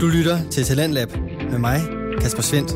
Du lytter til Talentlab med mig, Kasper Svendt.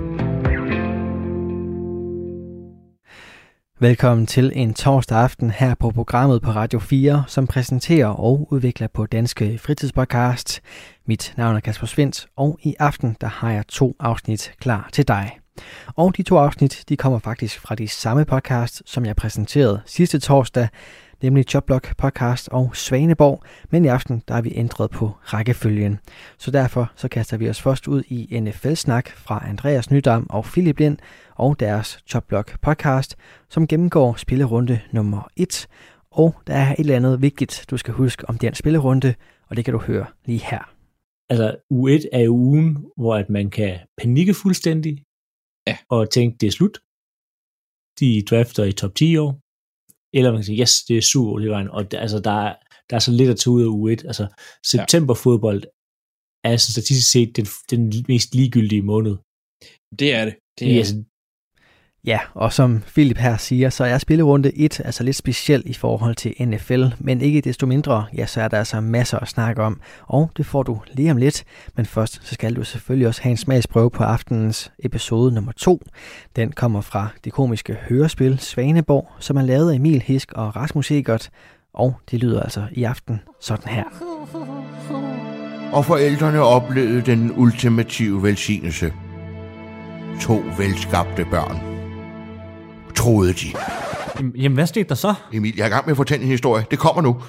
Velkommen til en torsdag aften her på programmet på Radio 4, som præsenterer og udvikler på Danske Fritidspodcast. Mit navn er Kasper Svendt, og i aften der har jeg 2 afsnit klar til dig. Og de 2 afsnit, de kommer faktisk fra de samme podcast, som jeg præsenterede sidste torsdag, nemlig Jobblock podcast og Svaneborg, men i aften der er vi ændret på rækkefølgen. Så derfor så kaster vi os først ud i NFL-snak fra Andreas Nydam og Philip Lind og deres Jobblock podcast, som gennemgår spillerunde nummer 1. Og der er et eller andet vigtigt, du skal huske om den spillerunde, og det kan du høre lige her. Altså U1 er jo ugen, hvor at man kan panikke fuldstændig, og tænke, det er slut. De drafter i top 10 år. Eller man kan sige, yes, det er Super Bowl, og der er så lidt at tage ud af U1. Altså, septemberfodbold er så statistisk set den mest ligegyldige måned. Det er det. Det er altså, ja, og som Philip her siger, så er spillerunde 1 altså lidt speciel i forhold til NFL, men ikke desto mindre, ja, så er der altså masser at snakke om, og det får du lige om lidt. Men først, så skal du selvfølgelig også have en smagsprøve på aftenens episode nummer 2. Den kommer fra det komiske hørespil Svaneborg, som er lavet af Emil Hisk og Rasmus Egert, og det lyder altså i aften sådan her. Og forældrene oplevede den ultimative velsignelse. 2 velskabte børn. Troede de. Jamen, hvad skete der så? Emil, jeg er i gang med at fortælle en historie. Det kommer nu.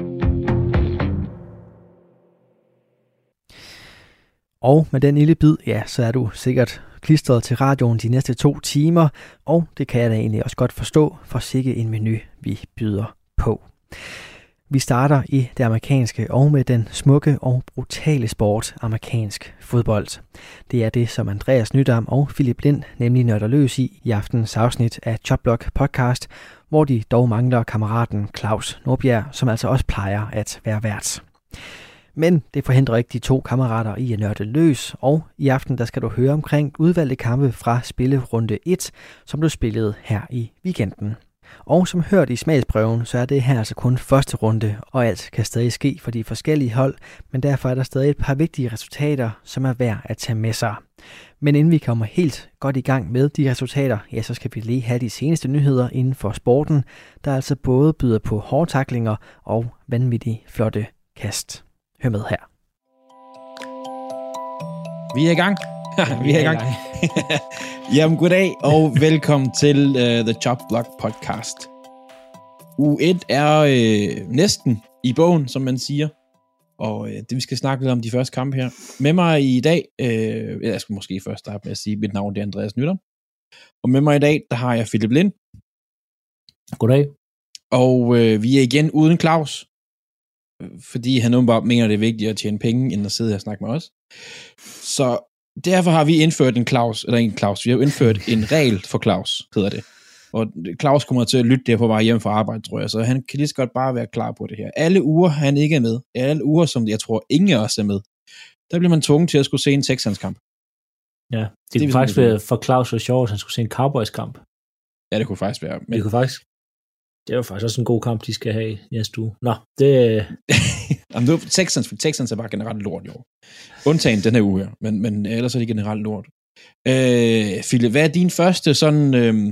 Og med den lille bid, ja, så er du sikkert klistret til radioen de næste 2 timer, og det kan jeg da egentlig også godt forstå, for sikke en menu, vi byder på. Vi starter i det amerikanske og med den smukke og brutale sport, amerikansk fodbold. Det er det, som Andreas Nydam og Philip Lind nemlig nørder løs i aftenens afsnit af Jobblock podcast, hvor de dog mangler kammeraten Claus Nordbjerg, som altså også plejer at være vært. Men det forhindrer ikke de 2 kammerater i at nørde løs, og i aften der skal du høre omkring udvalgte kampe fra spillerunde 1, som du spillede her i weekenden. Og som hørt i smagsprøven, så er det her altså kun første runde, og alt kan stadig ske for de forskellige hold, men derfor er der stadig et par vigtige resultater, som er værd at tage med sig. Men inden vi kommer helt godt i gang med de resultater, ja, så skal vi lige have de seneste nyheder inden for sporten, der altså både byder på hårdtaklinger og vanvittigt flotte kast. Hør med her. Vi er i gang. Vi er i gang. Jamen, goddag og velkommen til The Jobblock podcast. U1 er næsten i bogen, som man siger. Og det vi skal snakke lidt om de første kampe her. Med mig i dag, jeg skal måske først starte med at sige, mit navn det er Andreas Nydam. Og med mig i dag, der har jeg Philip Lind. Goddag. Og vi er igen uden Claus. Fordi han åbenbart mener, det er vigtigt at tjene penge, end at sidde her og snakke med os. Så derfor har vi indført vi har indført en regel for Claus, hedder det. Og Claus kommer til at lytte der på vej hjem fra arbejde, tror jeg, så han kan lige så godt bare være klar på det her. Alle uger, han ikke er med, alle uger, som jeg tror, ingen af os er med, der bliver man tvunget til at skulle se en Texans-kamp. Ja, det kunne faktisk være for Claus og sjovt, at han skulle se en Cowboys-kamp. Ja, det kunne faktisk være. Men Det var faktisk også en god kamp, de skal have næste uge. Nå, det... Jamen, Texans er bare generelt lort i år. Undtagen den her uge her, men ellers er det generelt lort. Philip, hvad er din første sådan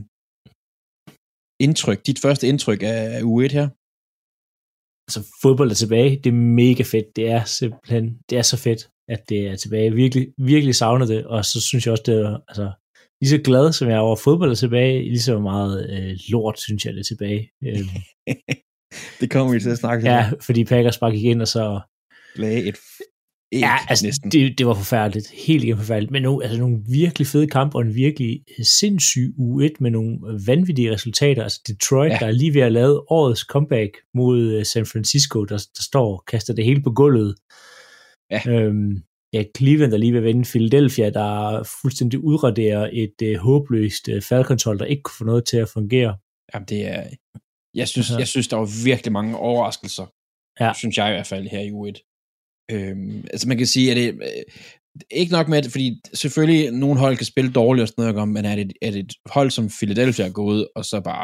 dit første indtryk af U1 her? Altså, fodbold er tilbage. Det er mega fedt. Det er simpelthen, det er så fedt, at det er tilbage. Virkelig, virkelig savner det, og så synes jeg også, det er, altså, lige så glad, som jeg er over fodbold er tilbage, lige så meget lort, synes jeg, det er tilbage. Det kommer vi til at snakke Ja, fordi Packers bare gik ind og så... lagde et æg, ja, altså, næsten. Det var forfærdeligt. Helt igen forfærdeligt. Men nogle virkelig fede kampe, og en virkelig sindssyg U1 med nogle vanvittige resultater. Altså Detroit, der er lige ved at lave årets comeback mod San Francisco, der står og kaster det hele på gulvet. Ja. Cleveland, der lige vil vinde Philadelphia, der fuldstændig udraderer et håbløst Falcons-hold, der ikke kunne få noget til at fungere. Jamen, det er... Jeg synes, der var virkelig mange overraskelser. Ja. Synes jeg i hvert fald her i U1. Altså man kan sige, at det ikke nok med, fordi selvfølgelig nogle hold kan spille dårligt og sådan noget, men er det et hold som Philadelphia er gået, og så bare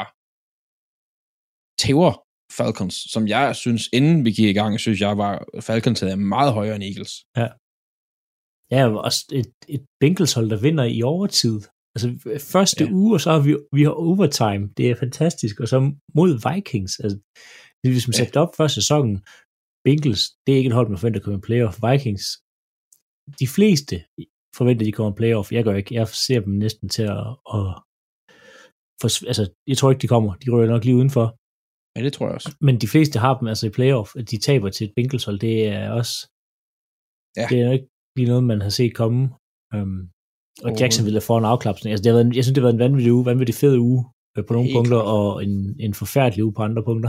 tæver Falcons, som jeg synes, inden vi gik i gang, synes jeg var, Falcons havde meget højere end Eagles. Ja. Ja, også et Bengals-hold, der vinder i overtid. Altså første uge, og så har vi har overtime. Det er fantastisk. Og så mod Vikings. Altså, hvis man sætter op før sæsonen, Bengals, det er ikke et hold, man forventer at komme i playoff. Vikings, de fleste forventer, de kommer i playoff. Jeg gør ikke. Jeg ser dem næsten til at altså, jeg tror ikke, de kommer. De rører nok lige udenfor. Ja, det tror jeg også. Men de fleste har dem altså i playoff. At de taber til et Bengals-hold, det er også... Ja. Det er jo ikke lige noget, man har set komme. Og Jacksonville er foran afklapsning. Altså, jeg synes, det har været en vanvittig fed uge på nogle punkter, og en forfærdelig uge på andre punkter.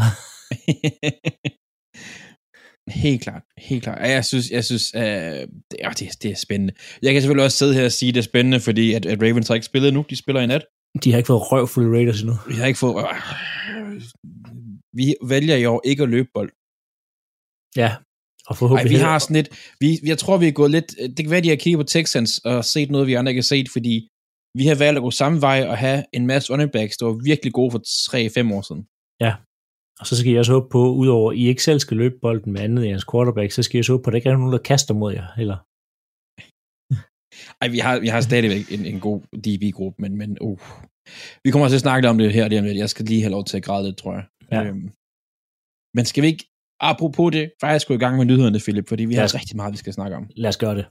Helt klart. Jeg synes det er spændende. Jeg kan selvfølgelig også sidde her og sige, det er spændende, fordi at Ravens har ikke spillet nu. De spiller i nat. De har ikke fået røvfulde Raiders endnu. Vi har ikke fået... Vi vælger i år ikke at løbe bold. Ja, og forhåbentlig... vi har sådan lidt... Jeg tror, vi er gået lidt... Det kan være, de har kigget på Texans og set noget, vi andre ikke har set, fordi vi har valgt at gå samme vej og have en masse running backs, der var virkelig gode for 3-5 år siden. Ja, og så skal jeg også håbe på, udover at I ikke selv skal løbe bolden med andet i jeres quarterback, så skal jeg også håbe på, at der ikke er nogen, der kaster mod jer, eller... Ej, vi har stadigvæk en god DB-gruppe, men vi kommer til at snakke om det her lige om lidt. Jeg skal lige have lov til at græde lidt, tror jeg. Ja. Men skal vi ikke, apropos det, faktisk gå i gang med nyhederne, Philip, fordi vi har rigtig meget, vi skal snakke om. Lad os gøre det.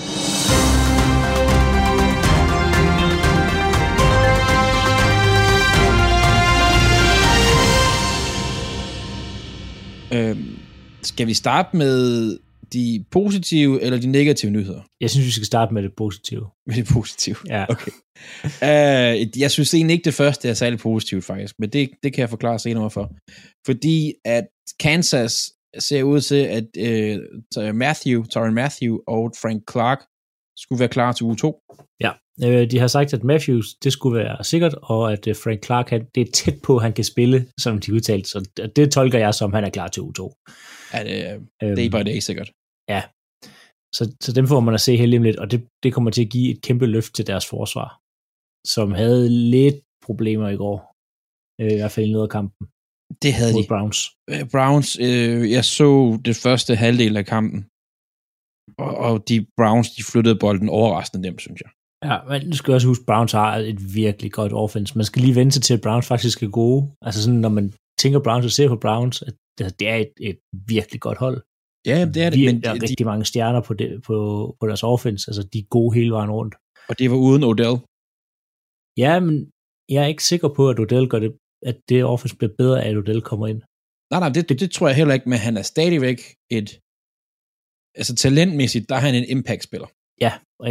Skal vi starte med de positive eller de negative nyheder? Jeg synes, vi skal starte med det positive. Med det positive? Ja. Okay. Jeg synes egentlig ikke, det første er særlig positivt, faktisk, men det kan jeg forklare senere for. Fordi at Kansas ser ud til, at Tyrann Mathieu og Frank Clark skulle være klar til uge 2. Ja, de har sagt, at Matthews, det skulle være sikkert, og at Frank Clark, det er tæt på, at han kan spille, som de udtalte. Så det tolker jeg som, han er klar til uge 2. Ja, day by day sikkert. Ja, så dem får man at se helt lige lidt, og det kommer til at give et kæmpe løft til deres forsvar, som havde lidt problemer i går, i hvert fald i noget af kampen. Det havde mod de. Browns. Jeg så det første halvdel af kampen, og de Browns, de flyttede bolden overraskende nemt, synes jeg. Ja, men du skal også huske, Browns har et virkelig godt offense. Man skal lige vente til, at Browns faktisk er gode. Altså sådan, når man tænker Browns og ser på Browns, at det er et virkelig godt hold. Ja, det er det. Men der er rigtig mange stjerner på deres offense. Altså, de er gode hele vejen rundt. Og det var uden Odell. Ja, men jeg er ikke sikker på, at Odell gør det, at det offense bliver bedre af, at Odell kommer ind. Nej, det tror jeg heller ikke, men han er stadigvæk altså talentmæssigt, der er han en impact-spiller. Ja, og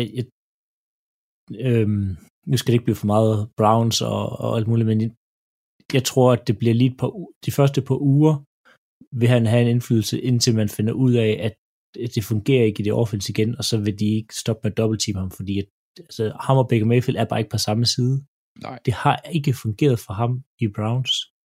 nu skal det ikke blive for meget Browns og alt muligt, men jeg tror, at det bliver lige de første par uger, vil han have en indflydelse, indtil man finder ud af, at det fungerer ikke i det offense igen, og så vil de ikke stoppe med dobbeltteam ham, fordi ham og Baker Mayfield er bare ikke på samme side. Nej. Det har ikke fungeret for ham i Browns.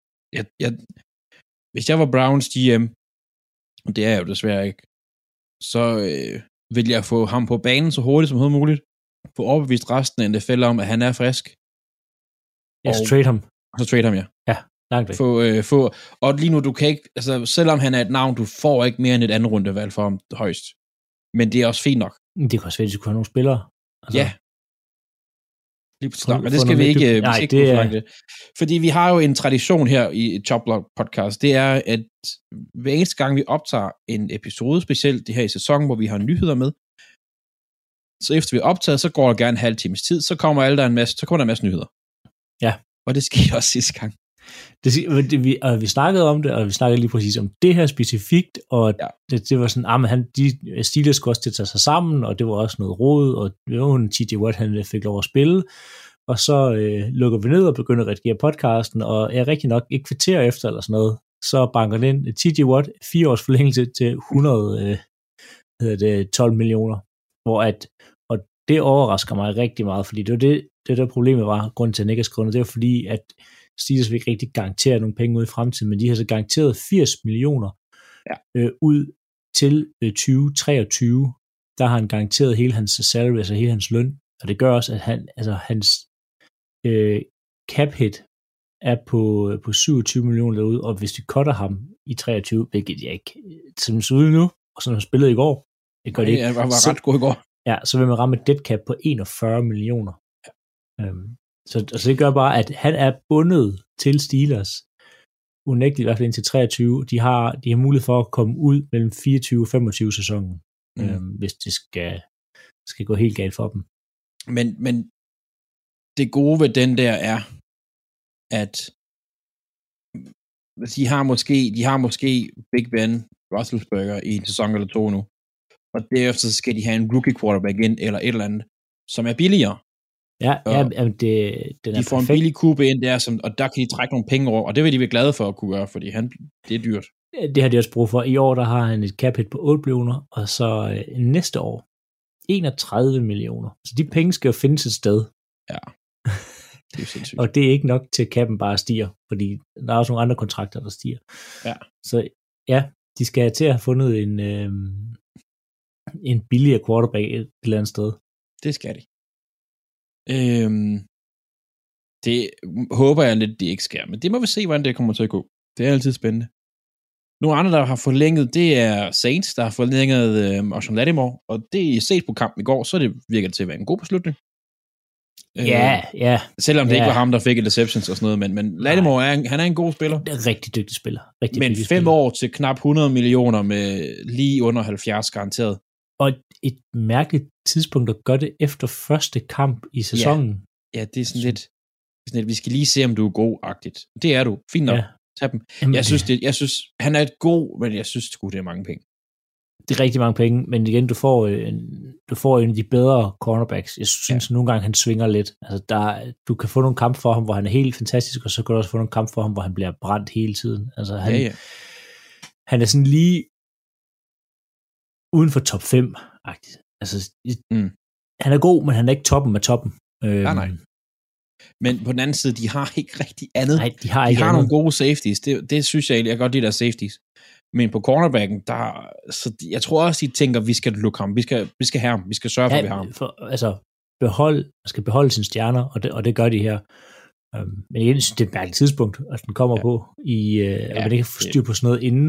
Hvis jeg var Browns GM, og det er jeg jo desværre ikke, så vil jeg få ham på banen så hurtigt som muligt, få overbevist resten af NFL om, at han er frisk. Ja, så trade ham. Og så trade ham, ja. Ja, langt væk. Og lige nu, du kan ikke, altså selvom han er et navn, du får ikke mere end et andet rundevalg for ham højst. Men det er også fint nok. Det kan også være, at de skulle have nogle spillere. Altså, ja. Lige på men det skal vi ikke, det. Fordi vi har jo en tradition her i Chopblock podcast, det er, at hver eneste gang vi optager en episode, specielt det her i sæsonen, hvor vi har nyheder med, så efter vi optager, så går der gerne en halv times tid, så kommer der en masse nyheder. Ja. Og det skete også sidste gang. Vi snakkede om det, og vi snakkede lige præcis om det her specifikt, og ja. det var sådan, de Steelers skulle også til at tage sig sammen, og det var også noget rod, og det var en TJ Watt, han fik lov at spille, og så lukker vi ned og begynder at redigere podcasten, og jeg er rigtig nok et kvarter efter, eller sådan noget, så banker den ind TJ Watt, 4 års forlængelse til 112 millioner, og det overrasker mig rigtig meget, fordi det var det der problemet var, grunden til, at jeg ikke har skrevet, det var fordi, at Steelers vil ikke rigtig garantere nogle penge ud i fremtiden, men de har så garanteret 80 millioner ud til 2023. Der har han garanteret hele hans salary, altså hele hans løn, og det gør også, at hans cap hit er på 27 millioner derude, og hvis de cutter ham i 23, hvilket jeg ikke som så ud nu, og som han spillede i går, det gør det ikke. Jeg var ret god i går. Ja, så vil man ramme et dead cap på 41 millioner. Ja. Så det gør bare, at han er bundet til Steelers, unægteligt i hvert fald indtil 23. De har mulighed for at komme ud mellem 24 og 25 sæsonen, hvis det skal gå helt galt for dem. Men det gode ved den der er, at de har måske Big Ben Roethlisberger i en sæson eller 2 nu, og derefter skal de have en rookie quarterback ind, eller et eller andet, som er billigere. Ja, den er de får perfekt. En billig kube ind der, og der kan de trække nogle penge over, og det vil de være glade for at kunne gøre, fordi det er dyrt. Det har de også brug for. I år, der har han et cap hit på 8 millioner, og så næste år 31 millioner. Så de penge skal jo findes et sted. Ja, det er sindssygt. Og det er ikke nok til, at capen bare stiger, fordi der er også nogle andre kontrakter, der stiger. Ja. Så ja, de skal til at have fundet en billigere quarterback et eller andet sted. Det skal de. Det håber jeg lidt, det ikke sker, men det må vi se, hvordan det kommer til at gå. Det er altid spændende. Nogle andre, der har forlænget, det er Saints, der har forlænget Marshall Lattimore, og det er set på kampen i går, så det virker til at være en god beslutning. Ja. Selvom det ikke var ham, der fik interceptions og sådan noget, men Lattimore, han er en god spiller. Det er en rigtig dygtig spiller. Men 5 år til knap 100 millioner med lige under 70 garanteret. Og et mærkeligt tidspunkt at gøre det efter første kamp i sæsonen. Ja, det er sådan lidt, vi skal lige se, om du er god-agtigt. Det er du. Fint nok. Ja. Tag dem. Jeg synes, han er et god, men jeg synes sgu, det er mange penge. Det er rigtig mange penge, men igen, du får en af de bedre cornerbacks. Jeg synes nogle gange, han svinger lidt. Altså, du kan få nogle kamp for ham, hvor han er helt fantastisk, og så kan du også få nogle kamp for ham, hvor han bliver brændt hele tiden. Altså, han er sådan lige uden for top 5-agtigt. Altså, han er god, men han er ikke toppen af toppen. Nej. Men på den anden side, de har ikke rigtig andet. Nej, de har nogle gode safeties. Det synes jeg egentlig, jeg godt lide der safeties. Men på cornerbacken, så jeg tror også, de tænker, vi skal lukke ham. Vi skal have ham. Vi skal sørge for, at vi har ham. Man skal beholde sine stjerner, og det gør de her. Men jeg synes, det er et mærkeligt tidspunkt, at den kommer på, at man ikke får styr på sådan noget inden.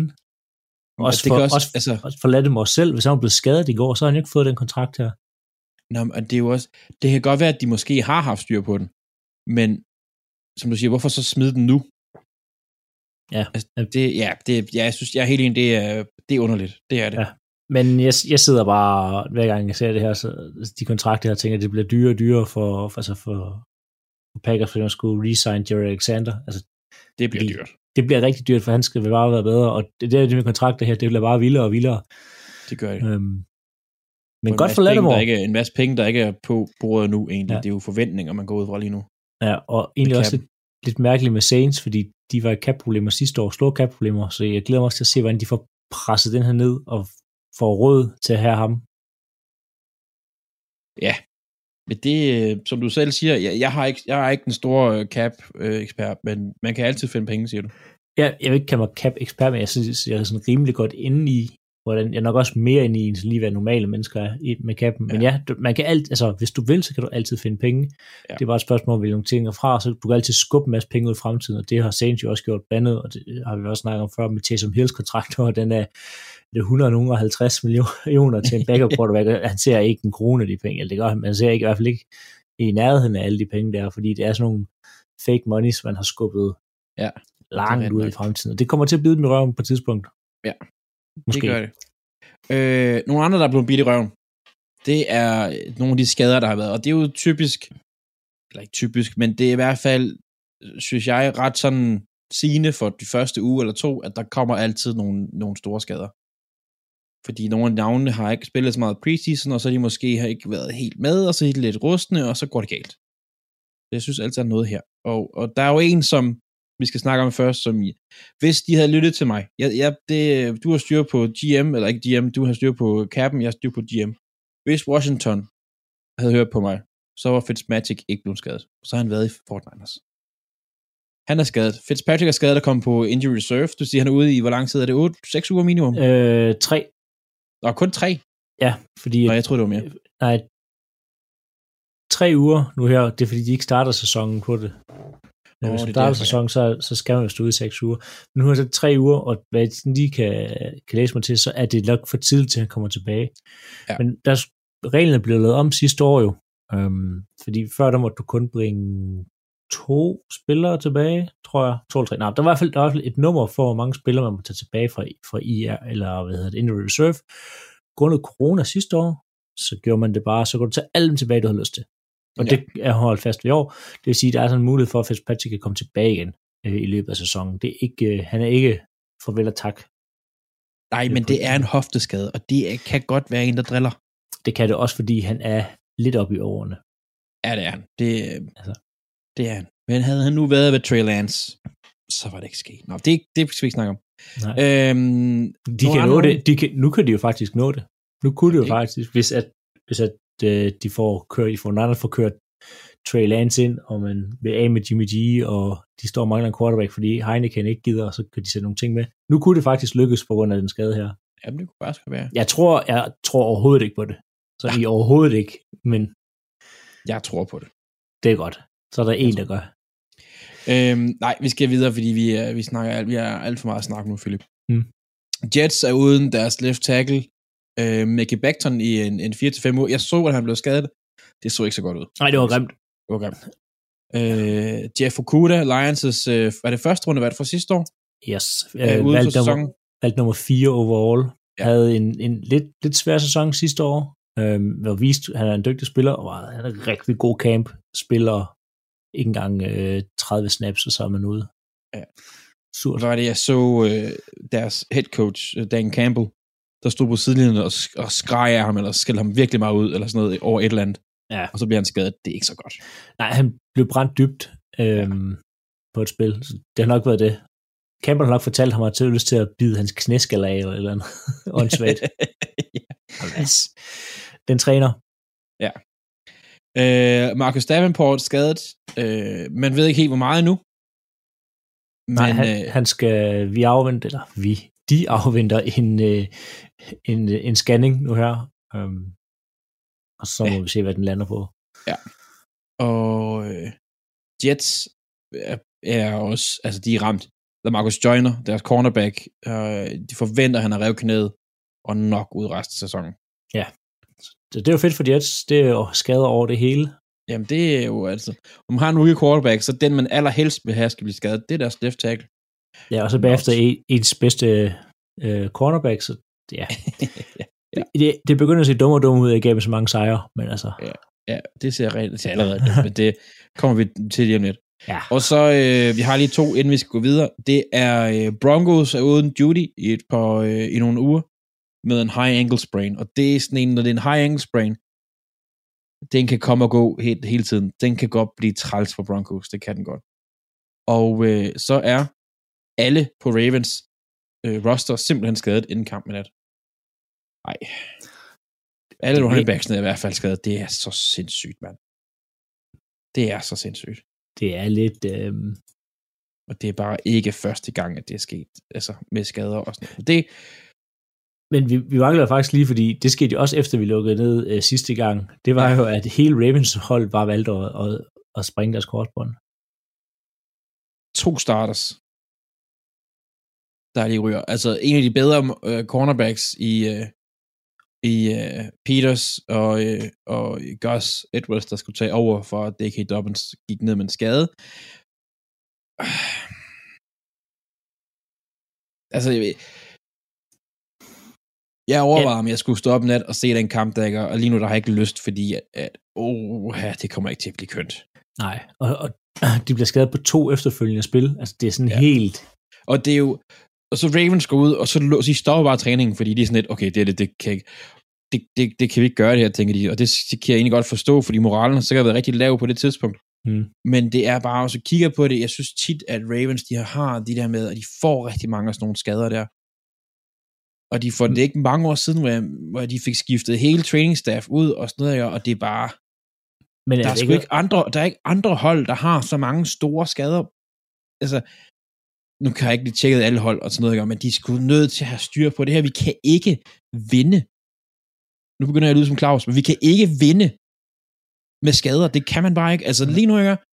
Også for Lattimore selv, hvis han var blevet skadet i går, så har han ikke fået den kontrakt her. Nå, men det er jo også, det kan godt være, at de måske har haft styr på den, men som du siger, hvorfor så smide den nu? Ja. Altså, jeg synes, jeg er helt enig, det er underligt. Det er det. Ja. Men jeg sidder bare, hver gang jeg ser det her, så de kontrakter, jeg tænker, det bliver dyrere og dyrere for Packers, for at skulle resign Jerry Alexander. Altså, det bliver dyrt. Det bliver rigtig dyrt, for han skal bare være bedre, og det med kontrakter her, det bliver bare vildere og vildere. Det gør det. Men godt for Lattimore. En masse penge, der ikke er på bordet nu, egentlig. Ja. Det er jo forventninger, man går ud fra lige nu. Ja, og egentlig også lidt mærkeligt med Saints, fordi de var i cap-problemer sidste år, store cap-problemer, så jeg glæder mig også til at se, hvordan de får presset den her ned, og får råd til at have ham. Ja, men det, som du selv siger, jeg er ikke den store cap-ekspert, men man kan altid finde penge, siger du. Ja, jeg vil ikke kalde mig cap-ekspert, men jeg synes, jeg er sådan rimelig godt inde i, hvordan jeg er nok også mere inde i, end lige hvad normale mennesker er med capen. Men ja, man kan hvis du vil, så kan du altid finde penge. Ja. Det er bare et spørgsmål om, hvilke ting er fra, så du kan altid skubbe en masse penge ud i fremtiden, og det har Saints jo også gjort blandet, og det har vi også snakket om før med Taysom Hills kontrakt, og den er 150 millioner til en backup quarterback. Han ser ikke en krone af de penge, eller det gør han, men han ser ikke, i hvert fald ikke i nærheden af alle de penge der, fordi det er sådan nogle fake monies, man har skubbet langt ud i fremtiden. Og det kommer til at bide dem i røven på et tidspunkt. Ja, måske. Det gør det. Nogle andre, der er blevet bidt i røven, det er nogle af de skader, der har været, og det er jo typisk, eller ikke typisk, men det er i hvert fald, synes jeg, ret sådan sigende for de første uge eller 2, at der kommer altid nogle store skader. Fordi nogle af navnene har ikke spillet så meget preseason, og så de måske har ikke været helt med, og så er de lidt rustne, og så går det galt. Jeg synes altid, der er noget her. Og der er jo en, som vi skal snakke om først, som hvis de havde lyttet til mig, du har styr på GM, eller ikke GM, du har styr på Cap'en, jeg har styr på GM. Hvis Washington havde hørt på mig, så var Fitzmagic ikke blevet skadet. Så har han været i Fort Niners. Han er skadet. Fitzpatrick er skadet og kom på injury reserve. Du siger, han er ude i, hvor lang tid er det? 6 uger minimum? 3. Og kun 3? Ja, fordi... Nå, jeg troede, det var mere. Nej, 3 uger nu her, det er fordi, de ikke starter sæsonen på det. Hvis du starter sæsonen, så skal man jo stå ud i 6 uger. Men nu er det 3 uger, og hvad jeg lige kan læse mig til, så er det nok for tidligt til, at han kommer tilbage. Ja. Men reglerne blev lavet om sidste år jo. Fordi før der måtte du kun bringe 2 spillere tilbage, tror jeg. 2 eller 3. Nej, der var i hvert fald et nummer for, hvor mange spillere man må tage tilbage fra IR, eller hvad hedder det, Injury Reserve. Grundet corona sidste år, så gjorde man det bare, så kunne du tage alle dem tilbage, du havde lyst til. Og det er holdt fast ved år. Det vil sige, at der er sådan en mulighed for, at Fitzpatrick kan komme tilbage igen i løbet af sæsonen. Det er ikke, han er ikke farvel og tak. Nej, men det er en hofteskade, og det kan godt være en, der driller. Det kan det også, fordi han er lidt oppe i årene. Ja, det er han. Det er han. Men havde han nu været ved Trey Lance, så var det ikke sket. Nå, det skal vi ikke snakke om. De kan nå det. Nu kan de jo faktisk nå det. Nu kunne det jo faktisk, hvis at de får kørt Trey Lance ind, og man vil af med Jimmy G, og de står og mangler en quarterback, fordi Heineken ikke gider, og så kan de sætte nogle ting med. Nu kunne det faktisk lykkes på grund af den skade her. Jamen, det kunne bare skal være. Jeg tror overhovedet ikke på det. Så I overhovedet ikke, men jeg tror på det. Det er godt. Så er der en, der gør. Nej, vi skal videre, fordi vi er alt for meget at snakke nu, Philip. Jets er uden deres left tackle, Mickey Becton i en 4-5 uger. Jeg så, at han blev skadet. Det så ikke så godt ud. Nej, det var grimt. Jeff Okuda, Lions' var det første runde, var det fra sidste år? Yes. Valgt nummer 4 overall. Ja. Havde en lidt svær sæson sidste år. Var vist, han er en dygtig spiller, og han er en rigtig god camp. Spiller ikke engang 30 snaps, og så er man ude. Ja. Surt. Hvad var det, jeg så deres head coach, Dan Campbell, der stod på sidelinjen og skreg af ham, eller skældte ham virkelig meget ud, eller sådan noget, over et eller andet. Ja. Og så bliver han skadet. Det er ikke så godt. Nej, han blev brændt dybt på et spil. Det har nok været det. Campbell har nok fortalt ham, at han lyst til at bide hans knæskaller af, eller andet. Åndssvagt. Den træner. Ja. Marcus Davenport skadet. Man ved ikke helt, hvor meget endnu. Men, nej, han skal, de afventer en scanning nu her. Og så må vi se, hvad den lander på. Ja. Og Jets er også, altså de er ramt. Der er Marcus Joyner, deres cornerback. De forventer, at han har revet knæet og nok ud resten af sæsonen. Ja. Så det er jo fedt for Jets. Det er jo skader over det hele. Jamen det er jo altså, om man har en rookie quarterback, så den man allerhelst vil have, skal blive skadet. Det er deres left tackle. Ja, og så bagefter ens bedste cornerback, så ja. Ja. Det begynder at se dumme ud, at jeg gav så mange sejre, men altså. Ja, det ser rent til allerede, men det kommer vi til lige om lidt. Ja. Og så, vi har lige 2, inden vi skal gå videre. Det er Broncos er uden Judy i nogle uger med en high ankle sprain, og det er sådan en, når det er en high ankle sprain, den kan komme og gå hele tiden. Den kan godt blive træls for Broncos, det kan den godt. Og så er alle på Ravens roster simpelthen skadet inden kampen i nat. Nej. Alle running backsene er i hvert fald skadet. Det er så sindssygt, mand. Det er så sindssygt. Det er lidt... Og det er bare ikke første gang, at det er sket. Altså, med skader og sådan noget. Men vi mangler faktisk lige, fordi det skete jo også efter, vi lukkede ned sidste gang. Det var jo, at hele Ravens hold bare valgte at springe deres korsbånd. 2 starters, der lige ryger. Altså, en af de bedre cornerbacks i Peters og Gus Edwards, der skulle tage over for D.K. Dobbins gik ned med en skade. Altså, jeg overvejede, om jeg skulle stå op nat og se den kamp, der, og lige nu der har jeg ikke lyst, fordi det kommer ikke til at blive kønt. Nej, og de bliver skadet på 2 efterfølgende spil. Altså, det er sådan helt... Og det er jo... Og så Ravens går ud, og så stopper bare træningen, fordi de er sådan lidt, okay, det kan ikke... Det kan vi ikke gøre det her, tænker de. Og det kan jeg egentlig godt forstå, fordi moralen har sikkert været rigtig lav på det tidspunkt. Men det er bare, også kigger på det, jeg synes tit, at Ravens, de har de der med, at de får rigtig mange af sådan nogle skader der. Og de får det ikke mange år siden, hvor de fik skiftet hele trainingsstaff ud, og sådan noget, og det er bare... Men der er ikke andre hold, der har så mange store skader. Altså, nu kan jeg ikke lige tjekket alle hold og sådan noget, men de er sgu nødt til at have styr på det her. Vi kan ikke vinde. Nu begynder jeg at lyde som Claus, men vi kan ikke vinde med skader. Det kan man bare ikke. Altså lige nu,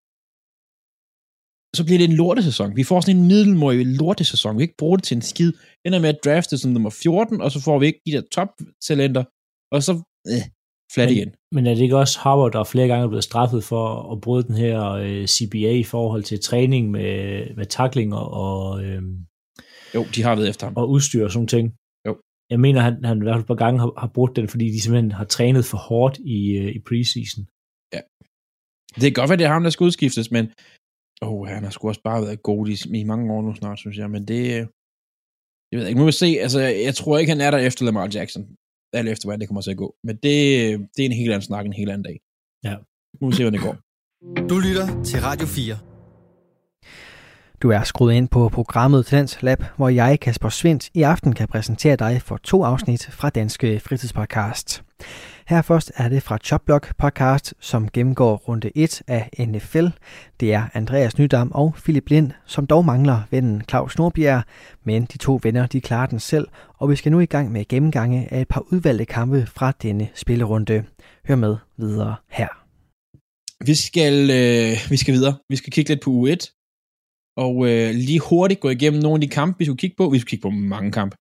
så bliver det en lortesæson. Vi får sådan en middelmårig lortesæson. Vi kan ikke bruge det til en skid. Ender med at drafte som nummer 14, og så får vi ikke de der top-talenter. Og så... flat igen. Men er det ikke også Howard, der flere gange er blevet straffet for at bryde den her CBA i forhold til træning med tacklinger og jo, de har været efter ham. Og udstyr og sådan ting. Jo. Jeg mener, han i hvert fald et par gange har brugt den, fordi de simpelthen har trænet for hårdt i preseason. Ja. Det kan godt være, det er ham, der skal udskiftes, men han har sgu også bare været god i mange år nu snart, synes jeg. Men det jeg ved ikke. Nu må vi se. Altså, jeg tror ikke, han er der efter Lamar Jackson. Alt efter, hvordan det kommer til at gå. Men det er en helt anden snak en helt anden dag. Ja. Nu må vi se, hvordan det går. Du lytter til Radio 4. Du er skruet ind på programmet Talents Lab, hvor jeg, Kasper Svindt, i aften kan præsentere dig for 2 afsnit fra Danske Fritidspodcast. Her først er det fra Chopblock podcast, som gennemgår runde 1 af NFL. Det er Andreas Nydam og Philip Lind, som dog mangler vennen Claus Nordbjerg, men de 2 venner, de klarer den selv, og vi skal nu i gang med gennemgange af et par udvalgte kampe fra denne spillerunde. Hør med videre her. Vi skal videre. Vi skal kigge lidt på U1. Og lige hurtigt gå igennem nogle af de kampe, vi skulle kigge på. Vi skulle kigge på mange kampe.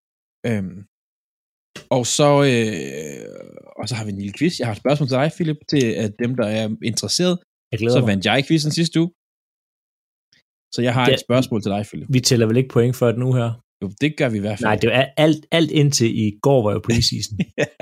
Og så har vi en lille quiz. Jeg har et spørgsmål til dig, Philip, til dem, der er interesseret. Så vandt jeg i quizzen sidste uge. Så jeg har et spørgsmål til dig, Philip. Vi tæller vel ikke point for den nu her? Jo, det gør vi i hvert fald. Nej, det var alt indtil i går var jo preseason.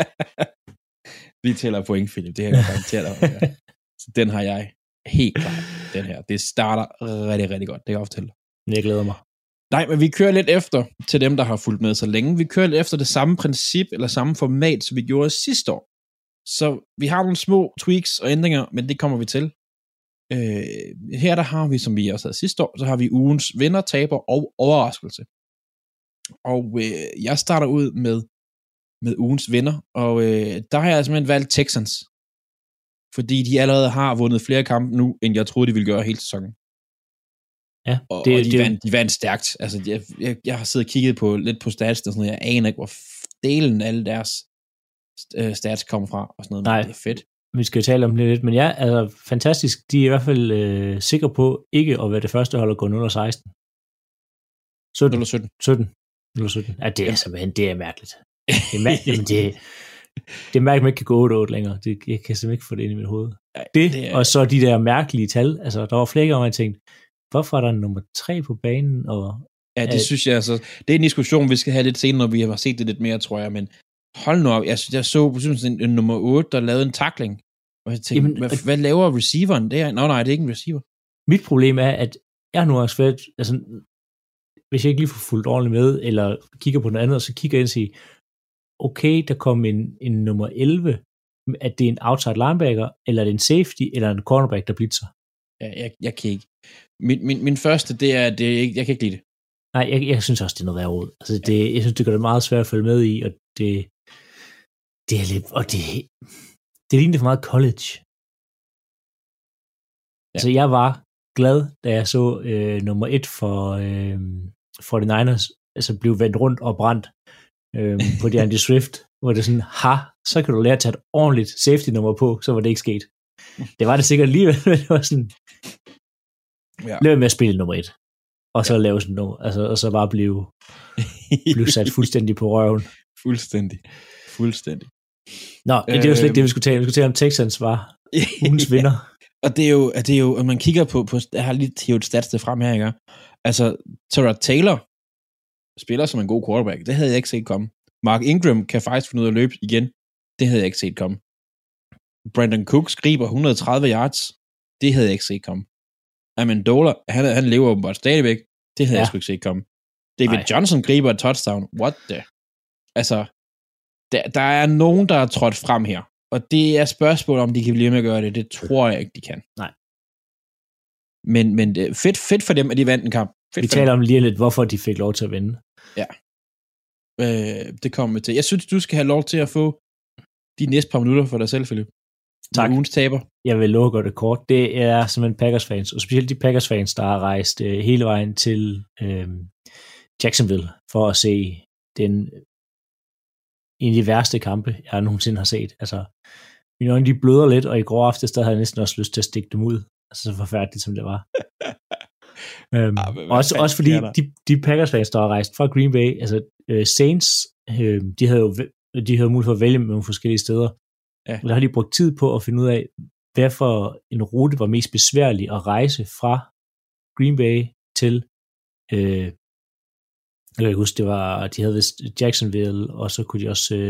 Vi tæller point, Philip. Det her kan jeg garantere dig. Så den har jeg helt klart. Den her. Det starter rigtig, rigtig godt. Det kan jeg fortælle. Jeg glæder mig. Nej, men vi kører lidt efter til dem, der har fulgt med så længe. Vi kører lidt efter det samme princip, eller samme format, som vi gjorde sidste år. Så vi har nogle små tweaks og ændringer, men det kommer vi til. Her der har vi, som vi også havde sidste år, så har vi ugens vinder, taber og overraskelse. Og jeg starter ud med ugens vinder, og der har jeg simpelthen valgt Texans. Fordi de allerede har vundet flere kampe nu, end jeg troede, de ville gøre hele sæsonen. Ja, og de vandt stærkt. Altså, jeg har siddet og kigget lidt på stats, og sådan noget. Jeg aner ikke, hvor delen alle deres stats kommer fra, og sådan noget. Nej, det er fedt. Vi skal tale om det lidt, men ja, altså fantastisk. De er i hvert fald sikre på ikke at være det første hold at gå 0-16. 17. Ja, det er simpelthen, det er mærkeligt. Det er mærkeligt, men det er mærkeligt, at man ikke kan gå 8-8 længere. Jeg kan simpelthen ikke få det ind i mit hoved. Det og så de der mærkelige tal. Altså, der var flere gange, hvor jeg tænkte, hvorfor er der nummer 3 på banen? Og, ja, det synes jeg altså. Det er en diskussion, vi skal have lidt senere, når vi har set det lidt mere, tror jeg. Men hold nu op. Jeg så en nummer 8, der lavede en tackling. Og jeg tænkte, hvad laver receiveren der? Nej, det er ikke en receiver. Mit problem er, at jeg nu har svært, altså, hvis jeg ikke lige får fulgt ordentligt med, eller kigger på noget andet, så kigger jeg ind og siger, okay, der kom en nummer 11, at det er en outside linebacker, eller er det en safety, eller en cornerback, der blitzer. Ja, jeg kan ikke. Min første, det er ikke, jeg kan ikke lide det. Nej, jeg synes også, det er noget værd råd. Altså, jeg synes, det gør det meget svært at følge med i, og det er lidt, og det ligner for meget college. Ja. Altså, jeg var glad, da jeg så nummer 1 for the Niners, altså blev vendt rundt og brændt på DeAndre Swift, hvor det sådan, så kan du lære at tage et ordentligt safety-nummer på, så var det ikke sket. Det var det sikkert alligevel, men det var sådan, lad med at spille nummer 1, og så lave sådan noget, altså, og så bare blive sat fuldstændig på røven. Fuldstændig. Nå, det er jo slet ikke det, vi skulle tale. Vi skulle tale om Texans var ugens vinder. Og det er jo, at man kigger på jeg har lige hævet stats det frem her, ikke? Altså, Tyrod Taylor spiller som en god quarterback. Det havde jeg ikke set komme. Mark Ingram kan faktisk finde ud af at løbe igen. Det havde jeg ikke set komme. Brandon Cooks griber 130 yards. Det havde jeg ikke set komme. Amendola, han lever åbenbart stadigvæk. Det havde jeg sgu ikke set komme. David Johnson griber et touchdown. What the? Altså, der er nogen, der er trådt frem her. Og det er spørgsmål, om de kan blive med at gøre det. Det tror jeg ikke, de kan. Nej. Men det er fedt for dem, at de vandt en kamp. Vi taler om lige lidt, hvorfor de fik lov til at vinde. Ja. Det kommer vi til. Jeg synes, du skal have lov til at få de næste par minutter for dig selv, Philip. Tak. Ugens taber. Jeg vil love at gøre det kort. Det er simpelthen Packers-fans, og specielt de Packers-fans, der har rejst hele vejen til Jacksonville for at se en af de værste kampe, jeg nogensinde har set. Altså, mine øjne, de bløder lidt, og i går aftes, der havde jeg næsten også lyst til at stikke dem ud. Altså, så forfærdeligt, som det var. Også fordi de Packers-fans, der har rejst fra Green Bay, altså Saints, de havde mulighed for at vælge nogle forskellige steder. Ja. Der har de brugt tid på at finde ud af, hvad for en rute var mest besværlig at rejse fra Green Bay til, jeg kan huske, det var, de havde vist Jacksonville, og så kunne de også,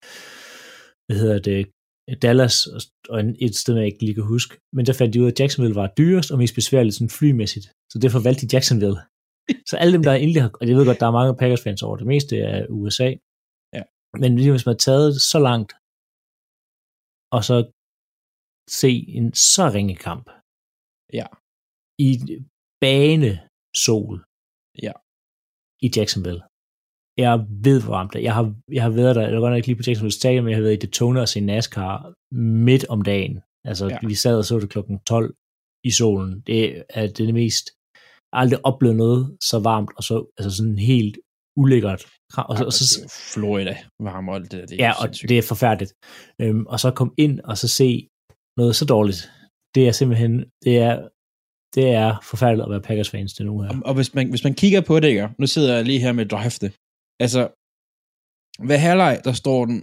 Dallas, og et sted, jeg ikke lige kan huske. Men der fandt de ud af, at Jacksonville var dyrest og mest besværligt sådan flymæssigt. Så derfor valgte de Jacksonville. Så alle dem, der endelig har, og jeg ved godt, der er mange Packers-fans over det meste af USA, ja. Men hvis man har taget så langt, og så se en så ringe kamp, ja. i banesol, ja. i Jacksonville. Jeg ved, hvor varmt det. Jeg har været der, jeg var godt nok ikke lige på Jacksonville Stadium, men jeg har været i Daytona og set NASCAR midt om dagen. Altså, vi sad og så det klokken 12 i solen. Det er det mest, jeg har aldrig oplevet noget så varmt, og så altså sådan helt ulækkert. Og så Florida varme og alt det der. Det og sindssygt. Det er forfærdeligt. Og så komme ind og så se noget så dårligt. Det er simpelthen, det er forfærdeligt at være Packers-fans det nu her. Og hvis man kigger på det, ikke? Nu sidder jeg lige her med draftet. Altså, ved halvleg, der står den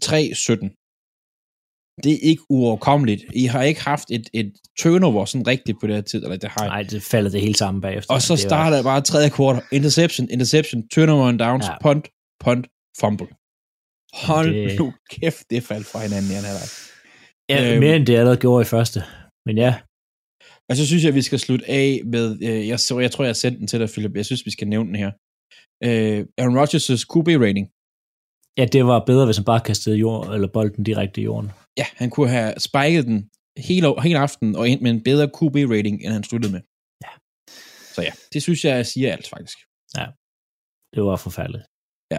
3-17. Det er ikke uoverkommeligt. I har ikke haft et turnover sådan rigtigt på det her tid, eller det har I. Nej, det falder det hele sammen bagefter. Og så starter bare tredje kvartal. Interception, turnover and downs, punt, fumble. Hold nu kæft, det faldt fra hinanden i den halvleg. Ja, mere end det allerede gjorde i første. Men ja. Og så synes jeg, at vi skal slutte af med, jeg tror, jeg sendte den til dig, Philip. Jeg synes, vi skal nævne den her. Aaron Rodgers' QB-rating. Ja, det var bedre, hvis han bare kastede bolden direkte i jorden. Ja, han kunne have spiket den hele aften og ind med en bedre QB-rating, end han sluttede med. Ja. Så ja, det synes jeg siger alt, faktisk. Ja, det var forfærdeligt. Ja.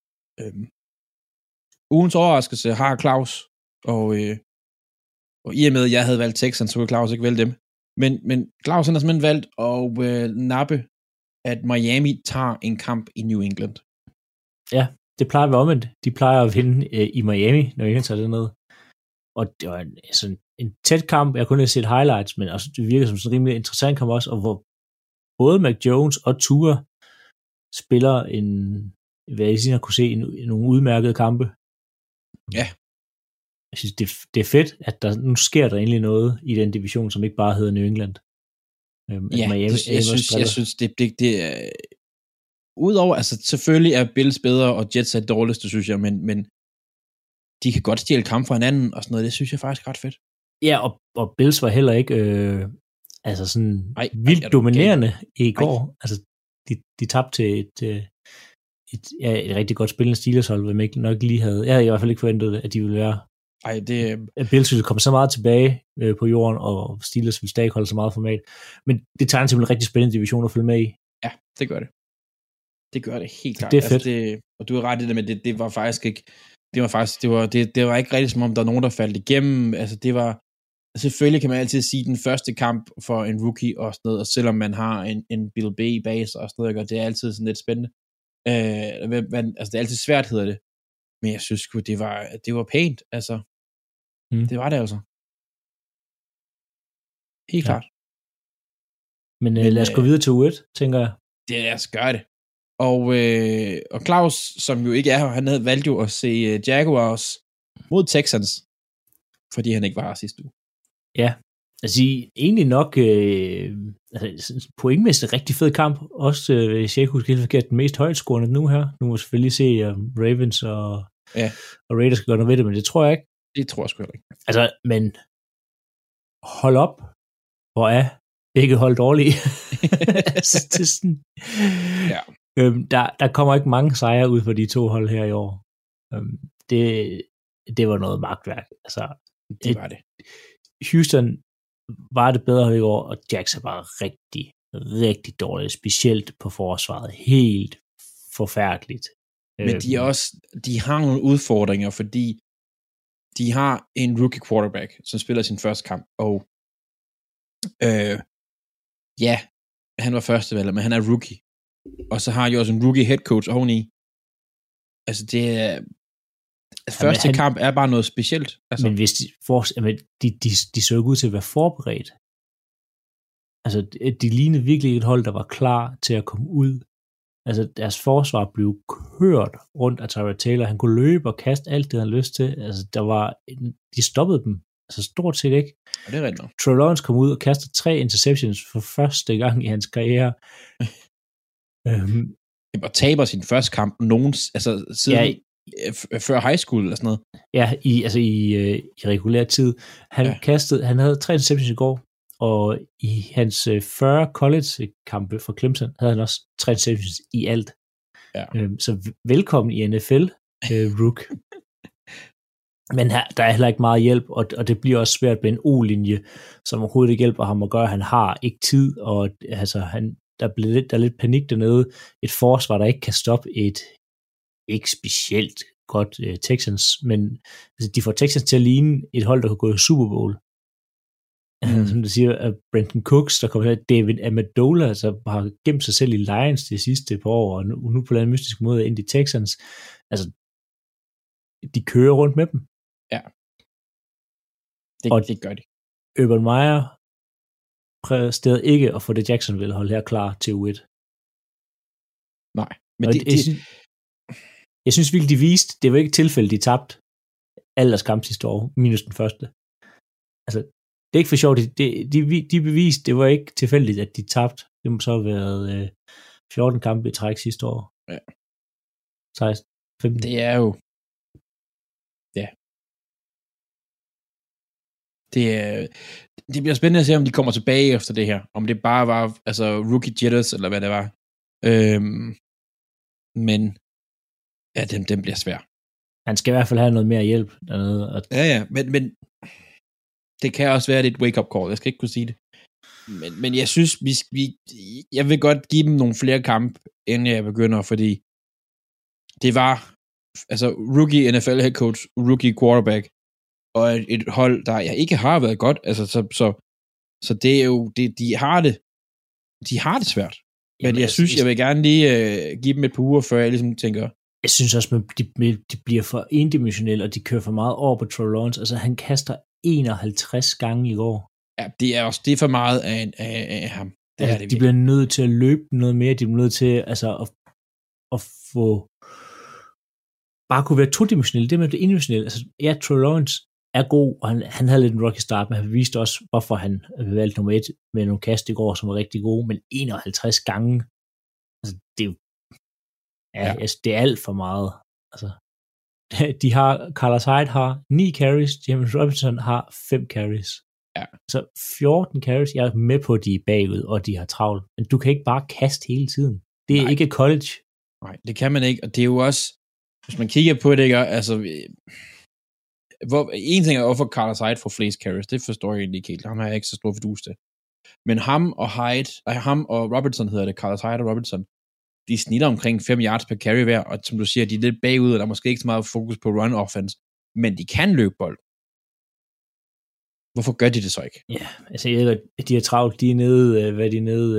Ugens overraskelse har Claus, og i og med, at jeg havde valgt Texans, så kunne Claus ikke vælge dem. Men Claus har simpelthen valgt at nappe, at Miami tager en kamp i New England. Ja, det plejer at være omvendt. De plejer at vinde i Miami, når England tager det ned. Og det var en tæt kamp. Jeg kunne ikke se highlights, men også, det virker som sådan en rimelig interessant kamp også, og hvor både Mac Jones og Tua spiller hvad jeg siger, kunne se nogle udmærkede kampe. Ja. Jeg synes, det er fedt, at nu sker der egentlig noget i den division, som ikke bare hedder New England. Ja, Miami, jeg synes, det er... Udover, altså selvfølgelig er Bills bedre, og Jets er det dårligste, synes jeg, men de kan godt stjæle kamp fra hinanden, og sådan noget, det synes jeg faktisk er ret fedt. Ja, og Bills var heller ikke sådan vildt dominerende i går. Altså, de tabte til et rigtig godt spillende Steelers-hold, hvad man ikke nok lige havde. Jeg havde i hvert fald ikke forventet, at de ville være... At Bills ville komme så meget tilbage på jorden, og Steelers ville stadig holde så meget format. Men det tager simpelthen en rigtig spændende division at følge med i. Ja, det gør det. Det gør det helt klart. Det er fedt. Altså og du har ret i det, men det var faktisk ikke... Det var ikke rigtig, som om der er nogen, der faldt igennem. Altså, det var... Selvfølgelig kan man altid sige, den første kamp for en rookie og sådan noget, og selvom man har en Bill B base og sådan noget, det er altid sådan lidt spændende. Altså, det er altid svært, hedder det. Men jeg synes sgu, det var pænt, altså. Det var det altså. Helt klart. Men lad os gå videre til U1, tænker jeg. Det lad os gøre det. Og Claus, som jo ikke er her, han havde valgt jo at se Jaguars mod Texans, fordi han ikke var her sidste uge. Ja, altså egentlig nok pointmæssigt en rigtig fed kamp. Også hvis jeg ikke husker helt forkert, den mest højtskårende nu her. Nu må jeg selvfølgelig se Ravens og Raiders skal gøre noget ved det, men det tror jeg ikke. Det tror jeg sgu ikke. Altså, men hold op, hvor er begge hold dårlige. Altså, det er sådan, ja. Der kommer ikke mange sejre ud for de to hold her i år. Det var noget magtværk. Altså, det var det. Houston var det bedre i år, og Jackson var rigtig, rigtig dårligt, specielt på forsvaret. Helt forfærdeligt. Men de har nogle udfordringer, fordi de har en rookie quarterback, som spiller sin første kamp, og ja, han var førstevalg, men han er rookie. Og så har de også en rookie head coach oveni. Altså det er... Første kamp er bare noget specielt. Altså. Men hvis de så ikke ud til at være forberedt. Altså, de lignede virkelig et hold, der var klar til at komme ud Altså, deres forsvar blev kørt rundt af Tyrod Taylor. Han kunne løbe og kaste alt det, han havde lyst til. Altså, de stoppede dem. Altså, stort set ikke. Og det er rigtigt. Trevor Lawrence kom ud og kastede 3 interceptions for første gang i hans karriere. Og taber sin første kamp siden før high school eller sådan noget. Ja, i regulær tid. Han havde 3 interceptions i går, og i hans 40 college-kampe for Clemson havde han også 3 interceptions i alt. Ja. Så velkommen i NFL, Rook. Men der er heller ikke meget hjælp, og det bliver også svært med en O-linje, som overhovedet ikke hjælper ham at gøre. Han har ikke tid, og altså, der er lidt panik dernede. Et forsvar, der ikke kan stoppe et ikke specielt godt Texans, men altså, de får Texans til at ligne et hold, der kan gå i Super Bowl. Som du siger, Brandon Cooks, der kommer her, David Amendola, altså har gemt sig selv i Lions de sidste par år, og nu på en mystisk måde ind i Texans. Altså, de kører rundt med dem. Ja. Det gør de. Urban Meyer præsterede ikke at få det Jacksonville hold her klar til U1. Nej. Men jeg synes virkelig, de viste, det var ikke et tilfælde, de tabte alle deres kampe sidste år, minus den første. Altså, det er ikke for sjovt, de beviste, det var ikke tilfældigt, at de tabte. Det må så have været 14 kampe i træk sidste år. Ja. 16, 15. Det er jo... Ja. Det bliver spændende at se, om de kommer tilbage efter det her. Om det bare var rookie jitters, eller hvad det var. Men ja, den bliver svær. Han skal i hvert fald have noget mere hjælp dernede. Ja, men det kan også være et wake-up call. Jeg skal ikke kunne sige det. Men jeg synes, jeg vil godt give dem nogle flere kampe, inden jeg begynder, fordi det var rookie NFL head coach, rookie quarterback, og et hold, der ikke har været godt. Så det er jo, de har det svært. Men jeg vil gerne lige give dem et par uger, før jeg ligesom tænker... Jeg synes også, at de bliver for endimensionelle, og de kører for meget over på Trevor Lawrence. Altså, han kaster 51 gange i går. Ja, det er for meget af ham. De bliver nødt til at løbe noget mere. De bliver nødt til at få... bare kunne være todimensionelle. Det med det indimensionelle. Altså, ja, Trevor Lawrence er god, og han havde lidt en rocky start, men han viste også, hvorfor han valgte nummer 1 med nogle kast i går, som var rigtig gode, men 51 gange, altså, det er jo altså, det er alt for meget. Altså, Carlos Hyde har 9 carries, James Robinson har 5 carries. Ja. Så 14 carries, jeg er med på, at de er bagud, og de har travlt, men du kan ikke bare kaste hele tiden. Det er ikke college. Nej, det kan man ikke, og det er jo også, hvis man kigger på det, ikke, altså... En ting er, hvorfor Carlos Hyde får flest carries, det forstår jeg egentlig ikke helt. Ham har jeg ikke så stor fidus til. Men ham og Robinson hedder det, Carlos Hyde og Robinson, de snitter omkring 5 yards per carry hver, og som du siger, de er lidt bagud, og der er måske ikke så meget fokus på run offense, men de kan løbe bold. Hvorfor gør de det så ikke? Ja, altså jeg ved, at de er travlt, de er nede, nede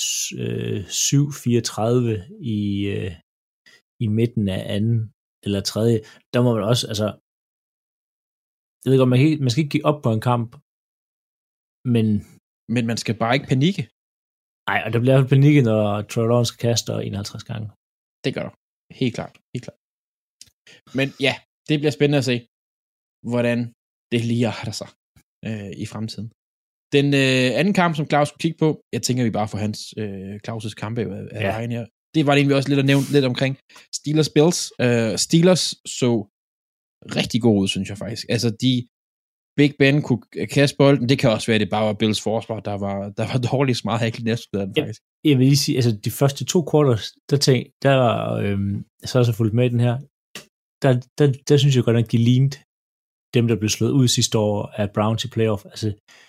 7-34 i midten af anden eller tredje. Der må man også, altså jeg ved godt, man skal ikke give op på en kamp, men man skal bare ikke panikke. Nej, og der bliver panikke, når Trevor Lawrence kaster 51 gange. Det gør du. Helt klart. Men ja, det bliver spændende at se, hvordan det lige arter sig i fremtiden. Den anden kamp, som Claus skulle kigge på, jeg tænker, vi bare får Claus' kampe af vejen her. Det var det egentlig også lidt at nævne lidt omkring Steelers-Bills. Steelers så rigtig god ud, synes jeg faktisk. Altså, Big Ben kunne kaste bolden. Det kan også være, at det bare var Bills forsvar, der var dårligt meget ikke næste den faktisk. Jeg vil lige sige, altså de første 2 quarters, der var så også fulgt med i den her, der synes jeg godt, at de lignede dem, der blev slået ud sidste år af Browns i playoff. Altså,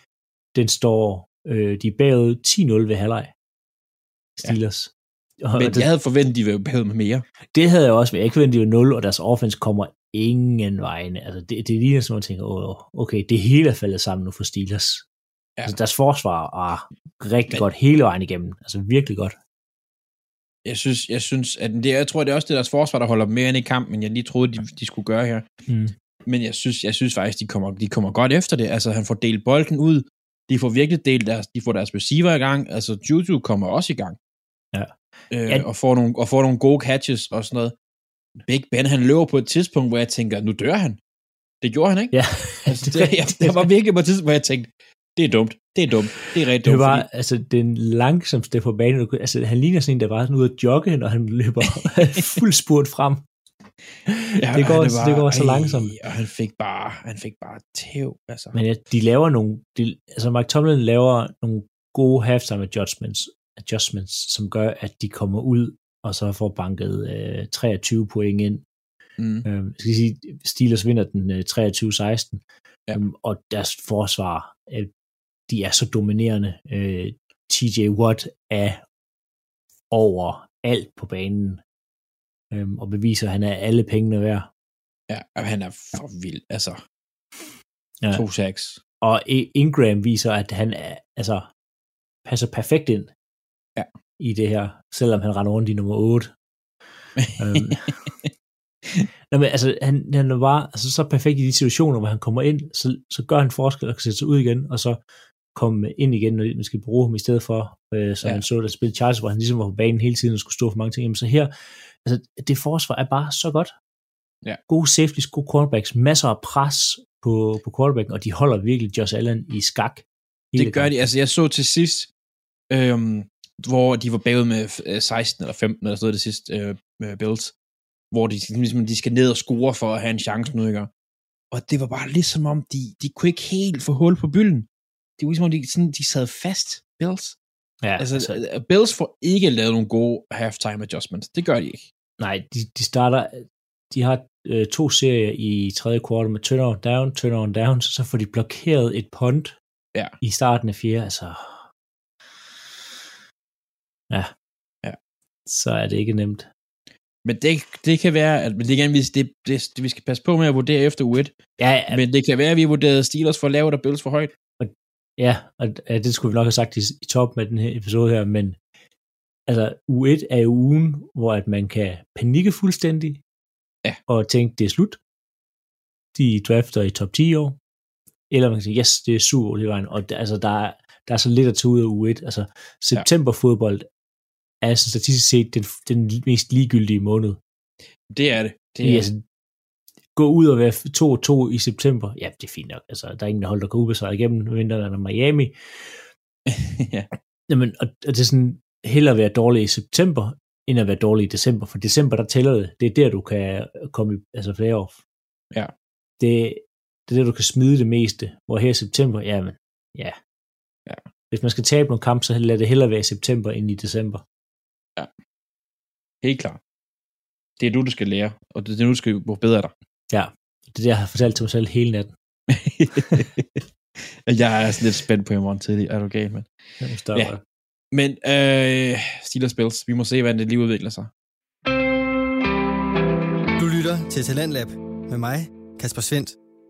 de er bagud 10-0 ved halvleg. Steelers. Ja. Men jeg havde forventet, de var bagud med mere. Det havde jeg også, men jeg ikke forventet, de var 0, og deres offense kommer ingen vegne. Altså, det ligner sådan, at man tænker, okay, det hele er faldet sammen nu for Steelers. Ja. Altså, deres forsvar er rigtig godt hele vejen igennem. Altså, virkelig godt. Jeg synes, at jeg tror, det er også det deres forsvar, der holder mere end i kampen, end jeg lige troede, de skulle gøre her. Men jeg synes faktisk, de kommer godt efter det. Altså, han får delt bolden ud. De får virkelig delt de får deres receiver i gang. Altså, Juju kommer også i gang. Ja. og får nogle gode catches og sådan noget. Big Ben, han løber på et tidspunkt, hvor jeg tænker, nu dør han. Det gjorde han, ikke? Ja. Altså, det var virkelig på et tidspunkt, hvor jeg tænkte, det er dumt. Det er rigtig dumt. Det var altså den langsomste på banen. Altså, han ligner sådan en, der var sådan ude at jogge, når han løber fuld spurt frem. Ja, det går så langsomt. Og han fik bare tæv. Altså. Men ja, de laver altså Mike Tomlin laver nogle gode halftime adjustments, som gør, at de kommer ud, og så får banket 23 point ind. Skal sige, Steelers vinder den 23-16, og deres forsvar, de er så dominerende. TJ Watt er over alt på banen, og beviser, at han er alle pengene værd. Ja, han er for vild, altså. 2 sacks. Og Ingram viser, at han er, altså, passer perfekt ind i det her, selvom han render rundt i nummer 8. Nå, men, altså, han var altså, så perfekt i de situationer, hvor han kommer ind, så gør han forskel og kan sætte sig ud igen, og så komme ind igen, når man skal bruge ham i stedet for, så han så der spille Charles, hvor han ligesom var på banen hele tiden og skulle stå for mange ting. Jamen, så her, altså, det forsvar er bare så godt. Ja. Gode safeties, gode quarterbacks, masser af pres på quarterbacken, og de holder virkelig Josh Allen i skak. Det gør de. Altså, jeg så til sidst, hvor de var bagud med 16 eller 15 eller sådan noget det sidste Bills, hvor de skal ned og score for at have en chance nu, ikke? Og det var bare ligesom om, de kunne ikke helt få hul på bylden. Det var ligesom om, de sad fast, Bills. Ja, altså, Bills får ikke lavet nogle gode halftime adjustments. Det gør de ikke. Nej, de har 2 serier i tredje kvartal med turnover down, så får de blokeret et punt i starten af 4. Altså, ja. Så er det ikke nemt. Men det kan være, at det vi skal passe på med at vurdere efter U1. Ja. Men det kan være, at vi vurderede Steelers for lavt og Bills for højt. Ja, og det skulle vi nok have sagt i top med den her episode her, men altså U1 er jo ugen, hvor at man kan panikke fuldstændig, og tænke, det er slut. De drafter i top 10 år, eller man kan sige, yes, det er super i vejen, og altså, der er så lidt at tage ud af U1. Altså, septemberfodbold er altså, statistisk set den mest ligegyldige måned. Det er det. Altså, gå ud og være 2-2 i september, ja, det er fint nok. Altså, der er ingen, der holder der kan ubesejret igennem vinteren af Miami. Ja. Jamen, og det er sådan, hellere være dårlig i september, end at være dårlig i december. For december, der tæller det. Det er der, du kan komme i playoff. Ja. Det er der, du kan smide det meste. Hvor her i september, jamen, ja. Hvis man skal tabe nogle kamp, så lad det hellere være i september, end i december. Ja. Helt klart. Det er du skal lære, og det er nu, du skal forbedre dig. Ja, det er det, jeg har fortalt til mig selv hele natten. Jeg er sådan lidt spændt på i morgen tidlig. Er du galt, mand? Ja. Men Steelers Bills, vi må se, hvordan det lige udvikler sig. Du lytter til Talentlab med mig, Kasper Svendt.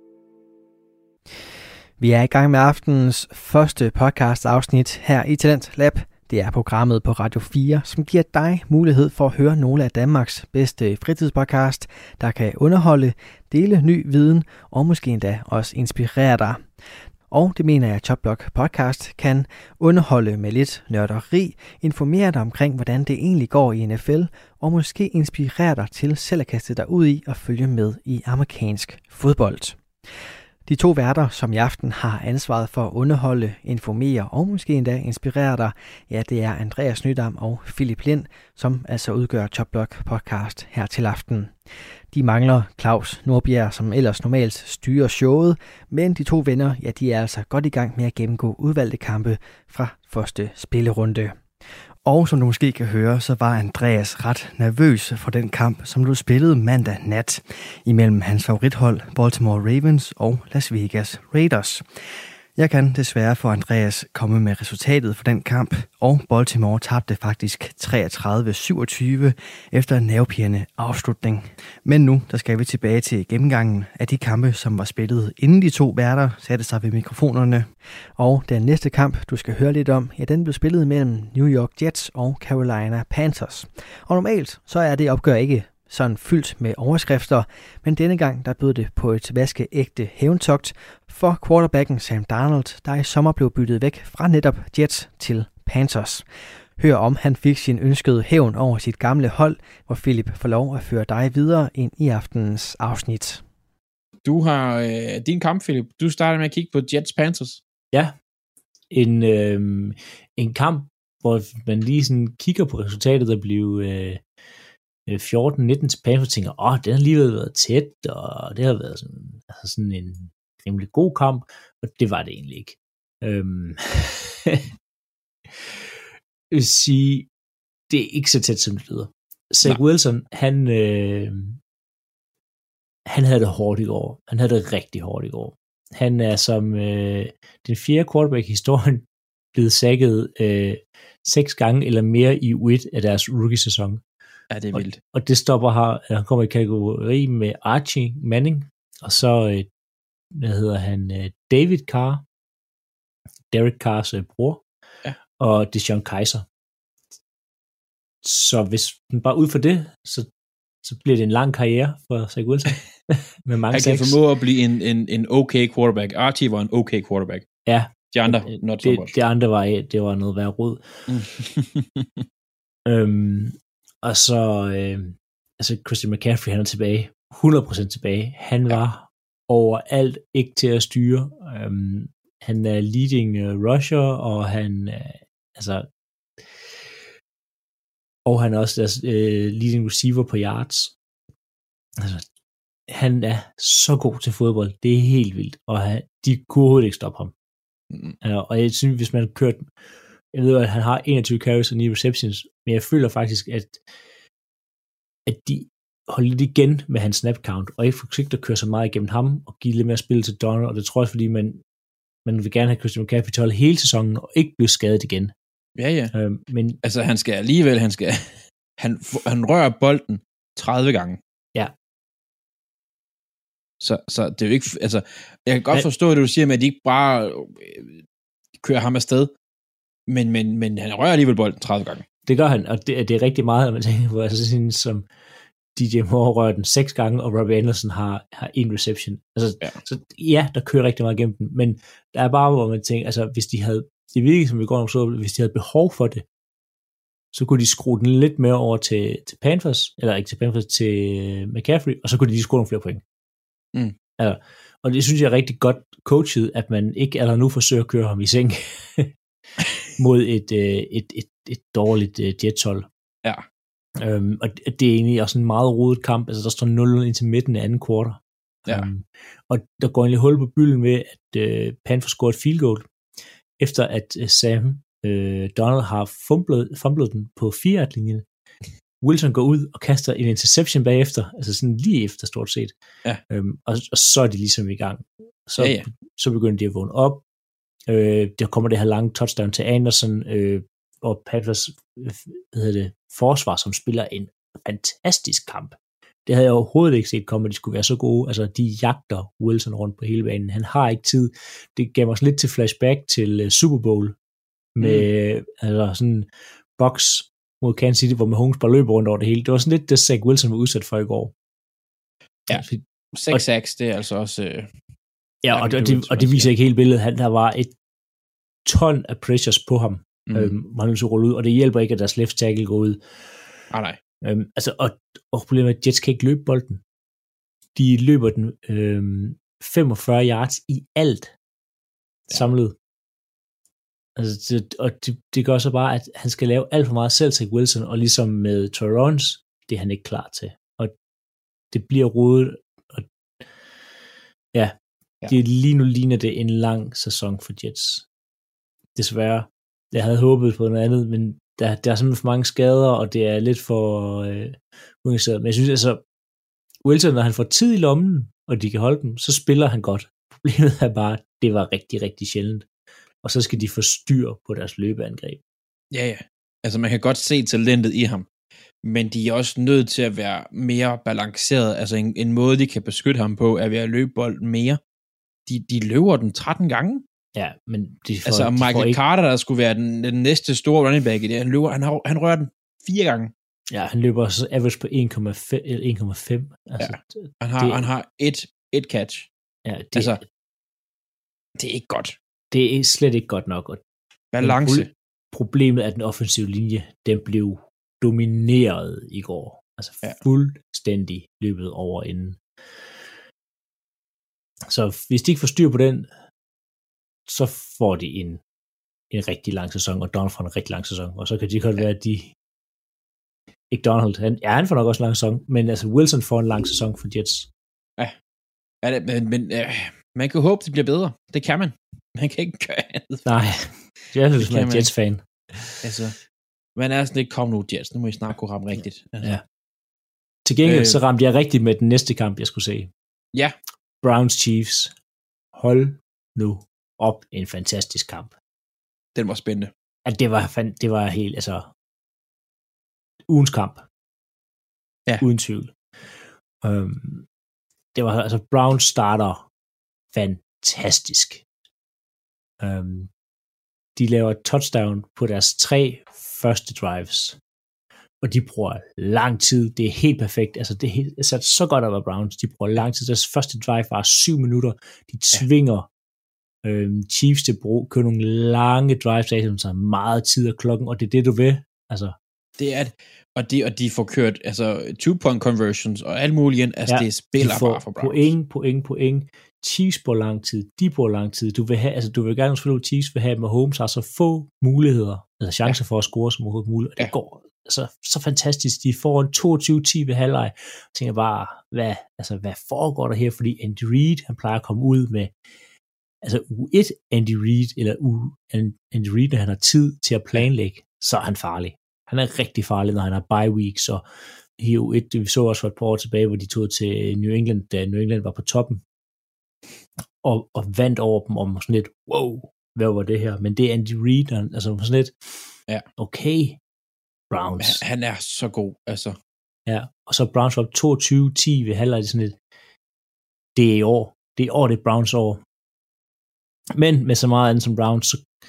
Vi er i gang med aftenens første podcast afsnit her i Talentlab. Det er programmet på Radio 4, som giver dig mulighed for at høre nogle af Danmarks bedste fritidspodcast, der kan underholde, dele ny viden og måske endda også inspirere dig. Og det mener jeg, at Chopblock Podcast kan underholde med lidt nørderi, informere dig omkring, hvordan det egentlig går i NFL, og måske inspirere dig til selv at kaste dig ud i og følge med i amerikansk fodbold. De 2 værter, som i aften har ansvaret for at underholde, informere og måske endda inspirere dig, ja, det er Andreas Nydam og Philip Lind, som altså udgør Chopblock Podcast her til aften. De mangler Claus Nordbjerg, som ellers normalt styrer showet, men de 2 venner, ja, de er altså godt i gang med at gennemgå udvalgte kampe fra første spillerunde. Og som du måske kan høre, så var Andreas ret nervøs for den kamp, som blev spillet mandag nat imellem hans favorithold Baltimore Ravens og Las Vegas Raiders. Jeg kan desværre for Andreas komme med resultatet for den kamp, og Baltimore tabte faktisk 33-27 efter en nervepirrende afslutning. Men nu der skal vi tilbage til gennemgangen af de kampe, som var spillet, inden de 2 værter satte sig ved mikrofonerne. Og den næste kamp, du skal høre lidt om, ja, den blev spillet mellem New York Jets og Carolina Panthers. Og normalt så er det opgør ikke sådan fyldt med overskrifter, men denne gang der bød det på et vaskeægte hævntogt for quarterbacken Sam Darnold, der i sommer blev byttet væk fra netop Jets til Panthers. Hør om han fik sin ønskede hævn over sit gamle hold, hvor Philip får lov at føre dig videre ind i aftenens afsnit. Du har din kamp, Philip. Du starter med at kigge på Jets Panthers. Ja, en kamp, hvor man lige sådan kigger på resultatet, der blev 14-19 til Panthers, og tænker, den har lige været tæt, og det har været sådan en rimelig god kamp, og det var det egentlig ikke. Jeg vil sige, det er ikke så tæt, som det lyder. Zach Wilson, han havde det hårdt i går. Han havde det rigtig hårdt i går. Han er som den 4. quarterback i historien blevet sacket 6 gange eller mere i U1 af deres rookie-sæson. Ja, det er vildt. Og det stopper her. Han kommer i kategori med Archie Manning, og så, David Carr, Derek Carrs bror, og DeShone Kizer. Så hvis man bare ud for det, så bliver det en lang karriere for Zach Wilson. Med mange han kan formå at blive en okay quarterback. Archie var en okay quarterback. Ja. De andre, not so much. De andre det var noget værd rod. Og så Christian McCaffrey, han er tilbage. 100% tilbage. Han var overalt ikke til at styre. Han er leading rusher, og han er også deres leading receiver på yards. Altså, han er så god til fodbold. Det er helt vildt. Og de kunne overhovedet ikke stoppe ham. Og jeg synes, hvis man kørt... Jeg ved, at han har 21 carries og 9 receptions, men jeg føler faktisk, at de holder lidt igen med hans snap count, og ikke forsøgt at køre så meget igennem ham, og give lidt mere spil til Donald, og det tror jeg, fordi man vil gerne have Christian McCaffrey til at holde hele sæsonen, og ikke blive skadet igen. Ja. Men altså, han skal alligevel, han rører bolden 30 gange. Ja. Så det er jo ikke, altså, jeg kan godt forstå det, du siger med, at de ikke bare kører ham afsted, men han rører alligevel bolden 30 gange. Det gør han, og det er rigtig meget, at man tænker på, altså sådan som DJ Moore rører den 6 gange, og Robbie Anderson har 1 reception. Altså, så ja, der kører rigtig meget gennem den, men der er bare, hvor man tænker, altså hvis de havde, det virkelig som vi går nok så, hvis de havde behov for det, så kunne de skrue den lidt mere over til Panthers, eller ikke til Panthers, til McCaffrey, og så kunne de lige skrue nogle flere point. Altså, og det synes jeg er rigtig godt coachet, at man ikke allerede nu forsøger at køre ham i seng mod et dårligt Jets-hold. Ja. Og det er egentlig også en meget rodet kamp. Altså, der står 0 indtil midten af anden kvartal. Ja. Og der går egentlig hul på bylden ved, at Panthers scorer et field goal, efter at Sam Donald har fumblet den på 4-yard-linjen. Wilson går ud og kaster en interception bagefter, altså sådan lige efter stort set. Ja. Og så er de ligesom i gang. Så begynder de at vågne op. Der kommer det her lange touchdown til Anderson, og Panthers forsvar, som spiller en fantastisk kamp. Det havde jeg overhovedet ikke set komme, at de skulle være så gode. Altså, de jagter Wilson rundt på hele banen. Han har ikke tid. Det gav os lidt til flashback til Super Bowl, med altså sådan box mod Kansas City, hvor Mahomes bare løber rundt over det hele. Det var sådan lidt det, Zach Wilson var udsat for i går. Ja, 6 sacks, det er altså også... Ja, og det viser ikke helt billedet. Der var et ton af pressures på ham, hvor han ville rulle ud, og det hjælper ikke, at deres left tackle går ud. Nej. Og problemet er, at Jets kan ikke løbe bolden. De løber den 45 yards i alt samlet. Altså, det gør så bare, at han skal lave alt for meget selv til Wilson, og ligesom med Troy Lawrence, det er han ikke klar til. Og det bliver rodet, og det lige nu ligner det en lang sæson for Jets. Desværre. Jeg havde håbet på noget andet, men der er simpelthen for mange skader, og det er lidt for uinteresseret. Men jeg synes altså, Wilson, når han får tid i lommen, og de kan holde dem, så spiller han godt. Problemet er bare, at det var rigtig, rigtig sjældent. Og så skal de få styr på deres løbeangreb. Ja. Altså, man kan godt se talentet i ham, men de er også nødt til at være mere balanceret. Altså, en måde, de kan beskytte ham på, er ved at løbe bolden mere. De løber den 13 gange. Ja, men Michael Carter, der skulle være den næste store running back i det, han rører den 4 gange. Ja, han løber så average på 1,5 eller 1,5. Altså, han har et catch. Ja, det er ikke godt. Det er slet ikke godt nok. Balance. problemet af den offensive linje, den blev domineret i går. Altså fuldstændig løbet over inden. Så hvis de ikke får styr på den, så får de en rigtig lang sæson, og Donald får en rigtig lang sæson, og så kan de godt være, at de ikke Donald, han får nok også en lang sæson, men altså Wilson får en lang sæson for Jets. Ja, men man kan håbe, det bliver bedre. Det kan man. Man kan ikke gøre andet. Nej, jeg synes, man er Jets-fan. Altså, man er sådan ikke, kom nu Jets, nu må I snart kunne ramme rigtigt. Altså. Ja. Til gengæld så ramte jeg rigtigt med den næste kamp, jeg skulle se. Ja. Browns Chiefs. Hold nu op, en fantastisk kamp. Den var spændende. At det var helt, altså, ugens kamp. Ja. Uden tvivl. Det var, altså, Browns starter fantastisk. De laver touchdown på deres 3 første drives. Og de bruger lang tid. Det er helt perfekt. Altså, det er sat så godt op af Browns. De bruger lang tid. Deres første drive var 7 minutter. De tvinger Chiefs til at køre nogle lange drives, som tager meget tid af klokken, og det er det, du vil. Altså. Det er det. Og de får kørt altså 2-point conversions og alt muligt. Altså, det spiller bare for Browns. Point. Chiefs bruger lang tid. De bruger lang tid. Du vil gerne spille, Chiefs vil have, med Mahomes har så få muligheder, altså chancer for at score som overhovedet muligt. Og det går så fantastisk. De får en 22-10 ved halvleg. Jeg tænker bare, hvad foregår der her? Fordi Andy Reid, han plejer at komme ud med altså U1 Andy Reid, eller Andy Reid, når han har tid til at planlægge, så er han farlig. Han er rigtig farlig, når han har bye week, så i U1, vi så også for et par år tilbage, hvor de tog til New England, da New England var på toppen, og vandt over dem om sådan lidt, wow, hvad var det her? Men det er Andy Reid, altså sådan lidt, okay, Browns. Han er så god, altså. Ja, og så Browns var 22-10 ved halvleg, sådan lidt, det er i år. Det er Browns år. Men med så meget andet som Browns,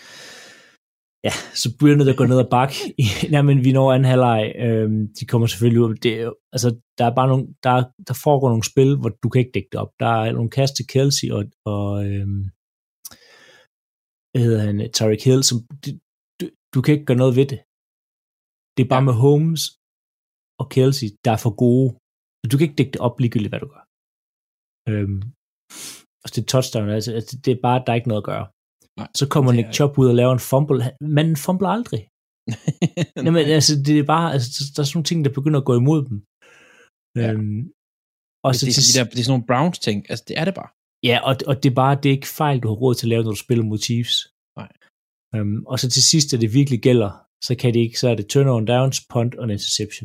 så begynder det at gå ned ad bakke. Men vi når anden halvleg. De kommer selvfølgelig ud. Altså, der er bare nogle, der foregår nogle spil, hvor du kan ikke dække det op. Der er nogle kast til Kelsey og hvad hedder han, Tyreek Hill, som du kan ikke gøre noget ved det. Det er bare med Holmes og Kelsey, der er for gode. Du kan ikke dække det op ligegyldigt, hvad du gør. Altså det er touchdown, altså det er bare, der er ikke noget at gøre. Nej, så kommer Nick Chubb ud og laver en fumble. Man fumbler aldrig. Jamen, altså, det er bare, altså, der er sådan nogle ting, der begynder at gå imod dem. Og så det er sådan nogle Browns ting, altså det er det bare. Ja, og det er bare, det er ikke fejl, du har råd til at lave, når du spiller mod Chiefs. Nej. Og så til sidst, da det virkelig gælder, så kan det ikke, så er det turnover downs, punt og en interception.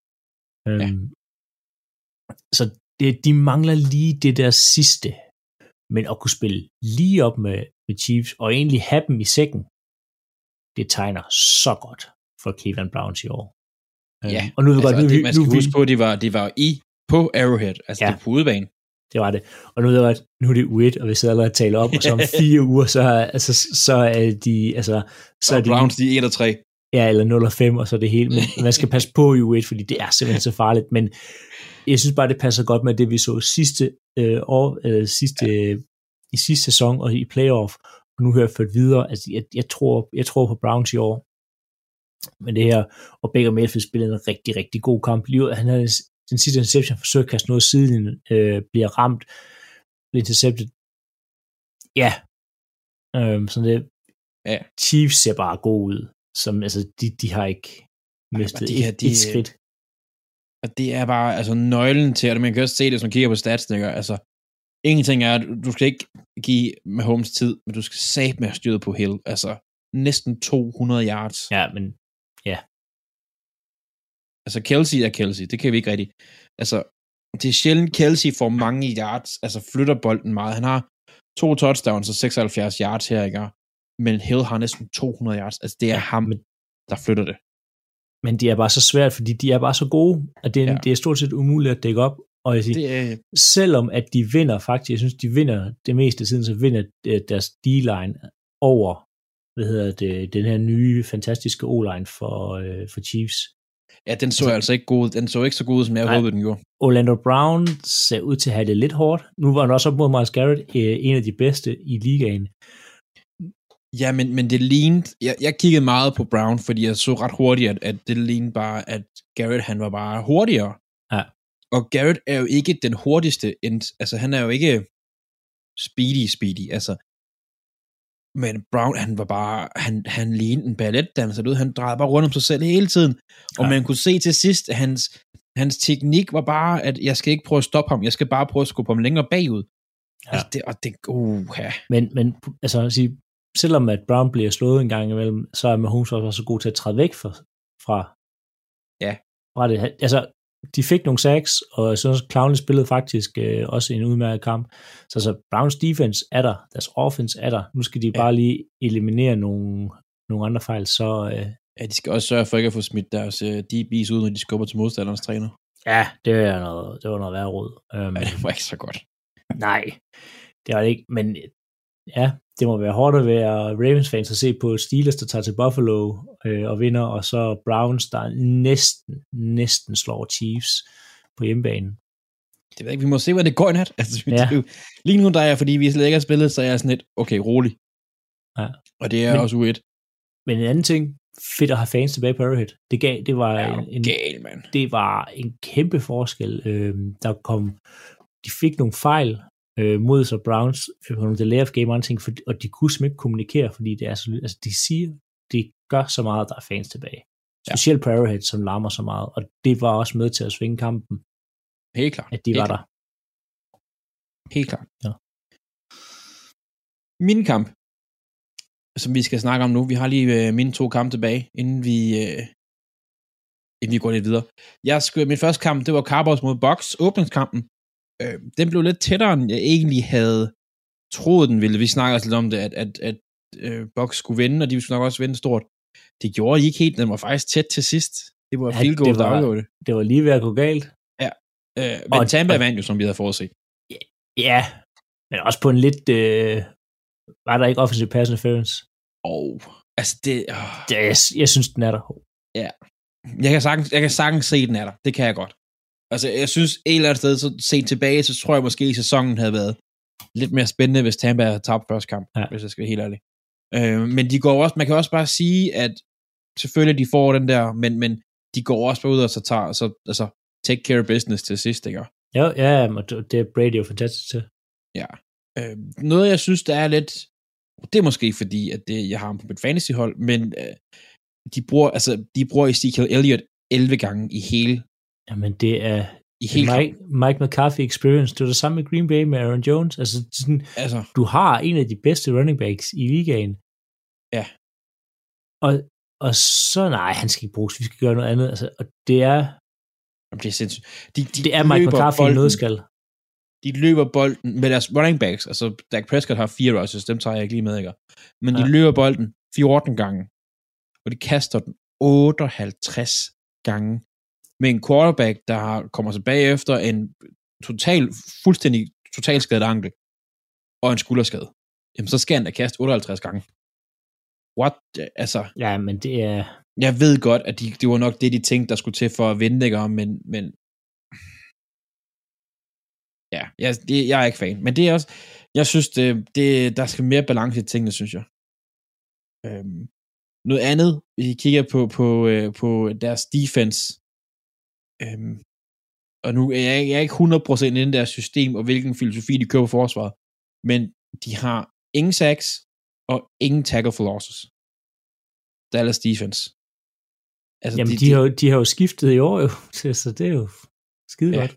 Så de mangler lige det der sidste. Men at kunne spille lige op med Chiefs, og egentlig have dem i sækken, det tegner så godt for Cleveland Browns i år. Ja, og nu altså, godt, man skal huske på, at de var på Arrowhead, altså det på udebane. Det var det. Og nu er det godt, nu er det U1, og vi sidder allerede og taler op, og så om 4 uger, så er de, altså, så er de Browns, de er 1-3. Ja, eller 0-5, og så er det hele, men man skal passe på i U1, fordi det er simpelthen så farligt, men jeg synes bare, det passer godt med det, vi så sidste år, i sidste sæson og i playoff, og nu hører jeg ført videre. Altså, jeg tror på Browns i år. Men det her, og Baker Mayfield spillede en rigtig, rigtig god kamp. Han havde den sidste interception forsøgt at kaste noget siden, bliver ramt, bliver interceptet. Ja. Sådan det. Ja. Chiefs ser bare god ud. Som, altså, de har ikke mistet et skridt. Og det er bare altså nøglen til, at man kan også se det, hvis man kigger på stats, altså ingenting er, du skal ikke give Mahomes tid, men du skal satme have styret på Hill, altså næsten 200 yards. Ja, men ja. Altså Kelsey er Kelsey, det kan vi ikke rigtig. Altså, det er sjældent Kelsey får mange yards, altså flytter bolden meget. Han har 2 touchdowns og 76 yards her, ikke? Men Hill har næsten 200 yards, altså det er ham, der flytter det. Men det er bare så svært, fordi de er bare så gode, at det er stort set umuligt at dække op. Og jeg siger, selvom at de vinder faktisk, jeg synes, de vinder det meste af tiden, så vinder deres D-line over, den her nye, fantastiske O-line for Chiefs. Ja, den så altså ikke god. Den så ikke så god, som jeg håbede, den gjorde. Orlando Brown ser ud til at have det lidt hårdt. Nu var han også op mod Myles Garrett, en af de bedste i ligaen. Ja, men det lignede, jeg kiggede meget på Brown, fordi jeg så ret hurtigt, at det lignede bare, at Garrett, han var bare hurtigere. Ja. Og Garrett er jo ikke den hurtigste end, altså han er jo ikke speedy, altså. Men Brown, han var bare, han lignede en balletdanser, han drejede bare rundt om sig selv hele tiden, og man kunne se til sidst, at hans teknik var bare, at jeg skal ikke prøve at stoppe ham, jeg skal bare prøve at skubbe ham længere bagud. Ja. Altså ja. Men altså at sige, selvom at Brown bliver slået en gang imellem, så er Mahomes også så god til at træde væk fra det. Altså, de fik nogle sacks, og jeg synes, Clowney spillede faktisk også en udmærket kamp. Så Browns defense er der, deres offense er der. Nu skal de bare lige eliminere nogle andre fejl, så... Ja, de skal også sørge for ikke at få smidt deres DB's ud, når de skubber til modstanderens træner. Ja, det var noget værre råd. Ja, det var ikke så godt. Nej, det var det ikke, men ja, det må være hårdt at være Ravens-fans at se på Steelers, der tager til Buffalo og vinder, og så Browns, der næsten slår Chiefs på hjemmebanen. Det ved jeg ikke, vi må se, hvad det går i nat. Altså, lige nu, der er, fordi vi slet ikke har spillet, så er jeg sådan lidt, okay, rolig. Ja. Og det er også U1. Men en anden ting, fedt at have fans tilbage på Arrowhead. Det var en kæmpe forskel. De fik nogle fejl mod så Browns på nogle delay of game, og de kunne simpelthen ikke kommunikere, fordi det er så, altså de gør så meget, at der er fans tilbage. Specielt på Arrowhead, som larmer så meget, og det var også med til at svinge kampen. Helt klart. At de var der. Helt klart. Ja. Min kamp, som vi skal snakke om nu, vi har lige mine 2 kampe tilbage, inden vi går lidt videre. Min første kamp, det var Cowboys mod Bucks, åbningskampen. Den blev lidt tættere, end jeg egentlig havde troet, den ville. Vi snakker også lidt om det, at Bucks skulle vinde, og de skulle nok også vinde stort. Det gjorde de ikke helt. Den var faktisk tæt til sidst. Det var field goal, der afgjorde det. Det var lige ved at gå galt. Ja. Men Tampa vandt jo, som vi havde forudset. Ja, men også på en lidt... var der ikke offensive pass interference? Altså det... Jeg synes, den er der. Ja. Jeg kan sagtens se, den er der. Det kan jeg godt. Altså, jeg synes, et eller andet sted, så set tilbage, så tror jeg måske, at sæsonen havde været lidt mere spændende, hvis Tampa havde tabt første kamp, hvis jeg skal være helt ærlig. Men de går også, man kan også bare sige, at selvfølgelig de får den der, men de går også bare ud og så tager, altså, take care of business til sidst, ikke? Ja, det er Brady jo fantastisk til. Ja. Noget, jeg synes, der er lidt, det er måske fordi, at jeg har ham på mit fantasyhold, men de bruger Ezekiel Elliott 11 gange i hele. Jamen, det er Mike McCarthy experience. Det er det samme med Green Bay med Aaron Jones. Altså, du har en af de bedste running backs i ligaen. Ja. Og så, nej, han skal ikke bruges. Vi skal gøre noget andet. Altså, og det er... Det er sindssygt. Det er Mike McCarthy i nødskal. De løber bolden med deres running backs. Altså, Dak Prescott har 4 rushes. Dem tager jeg ikke lige med, ikke? Men de løber bolden 14 gange. Og de kaster den 58 gange. Med en quarterback, der kommer tilbage efter en fuldstændig totalskadet ankel og en skulderskade. Jamen, så skal han da kaste 58 gange. What? Altså... Ja, men det er... Jeg ved godt, at det var nok det, de tænkte, der skulle til for at vinde, ikke? Men... Ja, jeg er ikke fan. Men det er også... Jeg synes, der skal mere balance i tingene, synes jeg. Noget andet, vi kigger på deres defense... og nu er jeg ikke 100% i den der system, og hvilken filosofi de kører på forsvaret, men de har ingen sacks, og ingen tackle for losses. Dallas defense. Altså, jamen, de har jo skiftet i år, jo, så det er jo skide godt.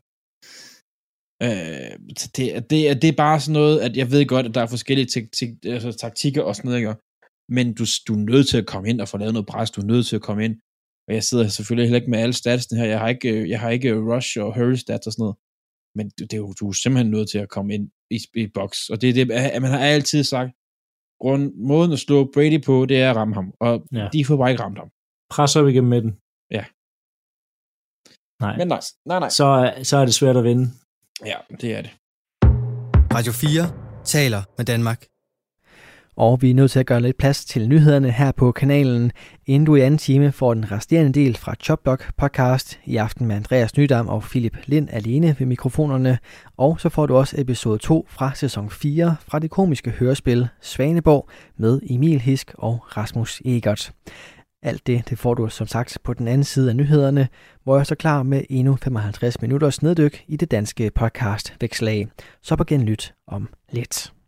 Det er bare sådan noget, at jeg ved godt, at der er forskellige taktikker og sådan noget, ikke? Men du er nødt til at komme ind og få lavet noget pres, du er nødt til at komme ind. Og jeg sidder selvfølgelig heller ikke med alle statsene her. Jeg har ikke rush og hurry stats og sådan noget. Men du er simpelthen nødt til at komme ind i box. Og det er det, man har altid sagt. Måden at slå Brady på, det er at ramme ham. Og de får bare ikke ramt ham. Pres op igennem midten. Ja. Nej. Men nej. Så er det svært at vinde. Ja, det er det. Radio 4 taler med Danmark. Og vi er nødt til at gøre lidt plads til nyhederne her på kanalen, inden du i anden time får den resterende del fra Chopblock podcast i aften med Andreas Nydam og Philip Lind alene ved mikrofonerne. Og så får du også episode 2 fra sæson 4 fra det komiske hørespil Svaneborg med Emil Hisk og Rasmus Egert. Alt det får du som sagt på den anden side af nyhederne, hvor jeg er så klar med endnu 55 minutters neddyk i det danske podcast Vækslag. Så på genlyt om lidt.